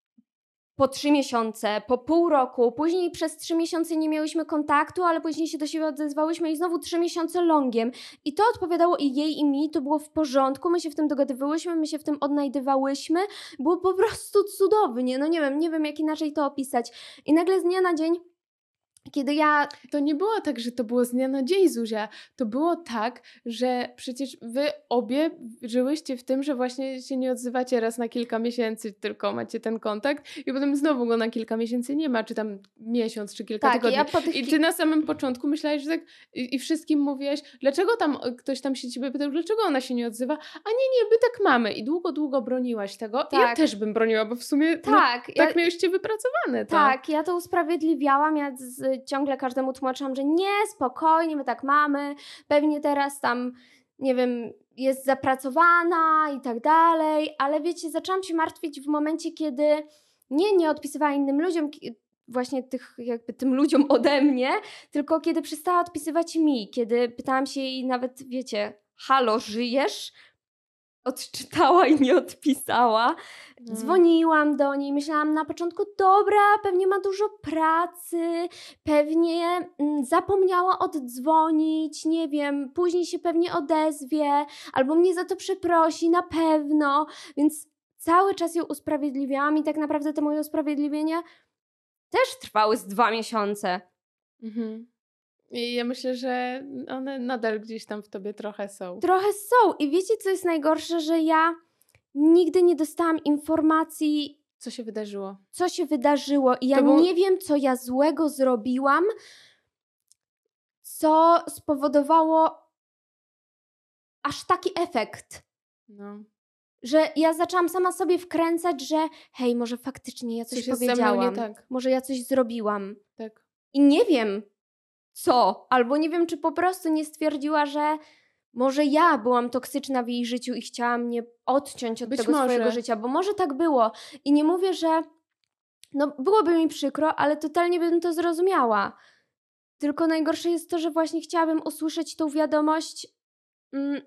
po trzy miesiące, po pół roku, później przez trzy miesiące nie miałyśmy kontaktu, ale później się do siebie odezwałyśmy i znowu trzy miesiące longiem. I to odpowiadało i jej, i mi, to było w porządku, my się w tym dogadywałyśmy, my się w tym odnajdywałyśmy, było po prostu cudownie, no nie wiem, nie wiem jak inaczej to opisać. I nagle z dnia na dzień, kiedy ja... To nie było tak, że to było z dnia na dzień, Zuzia. To było tak, że przecież wy obie żyłyście w tym, że właśnie się nie odzywacie raz na kilka miesięcy, tylko macie ten kontakt i potem znowu go na kilka miesięcy nie ma, czy tam miesiąc, czy kilka Tak, tygodni. ja po tych I ki- ty na samym początku myślałaś, że tak i, i wszystkim mówiłaś, dlaczego tam ktoś tam się ciebie pytał, dlaczego ona się nie odzywa? A nie, nie, my tak mamy. I długo, długo broniłaś tego. I ja Tak. też bym broniła, bo w sumie no, Tak, ja, tak miałyście wypracowane. To. tak, ja to usprawiedliwiałam, ja z, ciągle każdemu tłumaczyłam, że nie, spokojnie, my tak mamy, pewnie teraz tam, nie wiem, jest zapracowana i tak dalej, ale wiecie, zaczęłam się martwić w momencie, kiedy nie, nie odpisywała innym ludziom, ki- właśnie tych, jakby tym ludziom ode mnie, tylko kiedy przestała odpisywać mi, kiedy pytałam się jej nawet, wiecie, halo, żyjesz? Odczytała i nie odpisała. No. Dzwoniłam do niej, myślałam na początku, dobra, pewnie ma dużo pracy, pewnie mm, zapomniała oddzwonić, nie wiem, później się pewnie odezwie, albo mnie za to przeprosi, na pewno. Więc cały czas ją usprawiedliwiałam i tak naprawdę te moje usprawiedliwienia też trwały z dwa miesiące. Mhm. I ja myślę, że one nadal gdzieś tam w tobie trochę są. Trochę są. I wiecie, co jest najgorsze, że ja nigdy nie dostałam informacji, Co się wydarzyło? co się wydarzyło i ja To był- nie wiem, co ja złego zrobiłam, co spowodowało aż taki efekt, No. że ja zaczęłam sama sobie wkręcać, że hej, może faktycznie ja coś, Coś jest ze mną powiedziałam, nie tak. może ja coś zrobiłam Tak. i nie wiem co, albo nie wiem, czy po prostu nie stwierdziła, że może ja byłam toksyczna w jej życiu i chciała mnie odciąć od Być tego może. swojego życia, bo może tak było. I nie mówię, że no byłoby mi przykro, ale totalnie bym to zrozumiała. Tylko najgorsze jest to, że właśnie chciałabym usłyszeć tą wiadomość mm,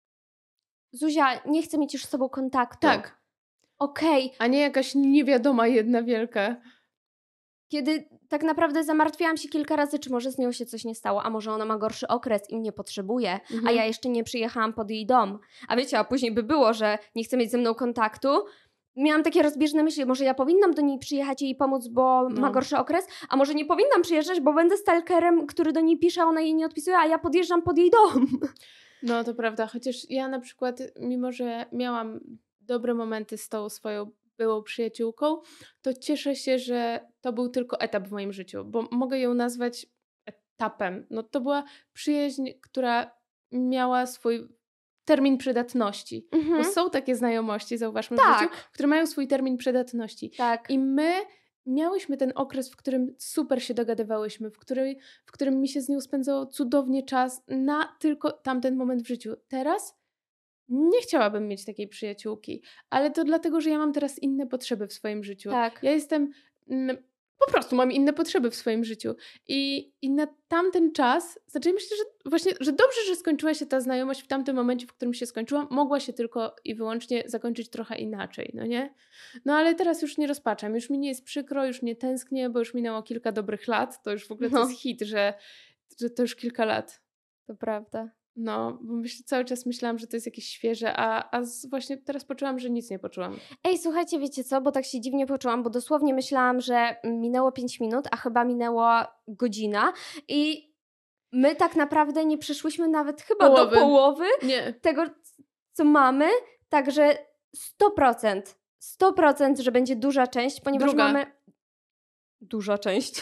Zuzia, nie chcę mieć już z tobą kontaktu. Tak. Okej, A nie jakaś niewiadoma jedna wielka. kiedy tak naprawdę zamartwiałam się kilka razy, czy może z nią się coś nie stało, a może ona ma gorszy okres i mnie potrzebuje, Mhm. a ja jeszcze nie przyjechałam pod jej dom. A wiecie, a później by było, że nie chce mieć ze mną kontaktu. Miałam takie rozbieżne myśli, może ja powinnam do niej przyjechać i jej pomóc, bo No. ma gorszy okres, a może nie powinnam przyjeżdżać, bo będę stalkerem, który do niej pisze, a ona jej nie odpisuje, a ja podjeżdżam pod jej dom. No to prawda, chociaż ja na przykład, mimo że miałam dobre momenty z tą swoją byłą przyjaciółką, to cieszę się, że to był tylko etap w moim życiu, bo mogę ją nazwać etapem. No to była przyjaźń, która miała swój termin przydatności. Mhm. Bo są takie znajomości, zauważmy w Tak. życiu, które mają swój termin przydatności. Tak. I my miałyśmy ten okres, w którym super się dogadywałyśmy, w, której, w którym mi się z nią spędzało cudownie czas na tylko tamten moment w życiu. Teraz nie chciałabym mieć takiej przyjaciółki, ale to dlatego, że ja mam teraz inne potrzeby w swoim życiu. Tak. Ja jestem... mm, Po prostu mam inne potrzeby w swoim życiu. I, i na tamten czas, znaczy myślę, że właśnie, że dobrze, że skończyła się ta znajomość w tamtym momencie, w którym się skończyła, mogła się tylko i wyłącznie zakończyć trochę inaczej, no nie? No ale teraz już nie rozpaczam, już mi nie jest przykro, już nie tęsknię, bo już minęło kilka dobrych lat. To już w ogóle to No. jest hit, że, że to już kilka lat. To prawda. No, bo myśl, cały czas myślałam, że to jest jakieś świeże, a, a z, właśnie teraz poczułam, że nic nie poczułam. Ej, słuchajcie, wiecie co, bo tak się dziwnie poczułam, bo dosłownie myślałam, że minęło pięć minut, a chyba minęła godzina i my tak naprawdę nie przyszłyśmy nawet chyba Połowy. do połowy Nie. tego, co mamy, także sto procent, sto procent, że będzie duża część, ponieważ Druga. mamy... Duża część.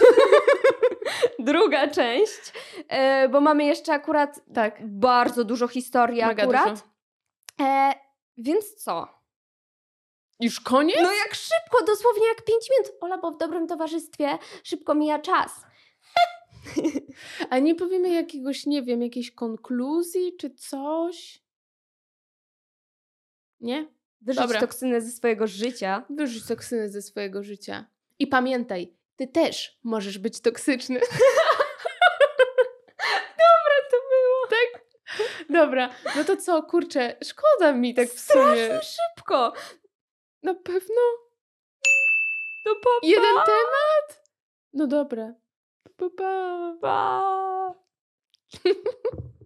Druga część, e, bo mamy jeszcze akurat Tak. bardzo dużo historii Mega akurat. dużo. E, więc co? Już koniec? No jak szybko, dosłownie jak pięć minut. Ola, bo w dobrym towarzystwie szybko mija czas. A nie powiemy jakiegoś, nie wiem, jakiejś konkluzji czy coś? Nie? Wyrzuć Dobra. toksynę ze swojego życia. Wyrzuć toksynę ze swojego życia. I pamiętaj, ty też możesz być toksyczny. Dobre to było. Tak? Dobra, no to co, kurczę, szkoda mi tak w sumie. Strasznie szybko. Na pewno? To pa, pa. Jeden temat? No dobra. Pa, pa. Pa.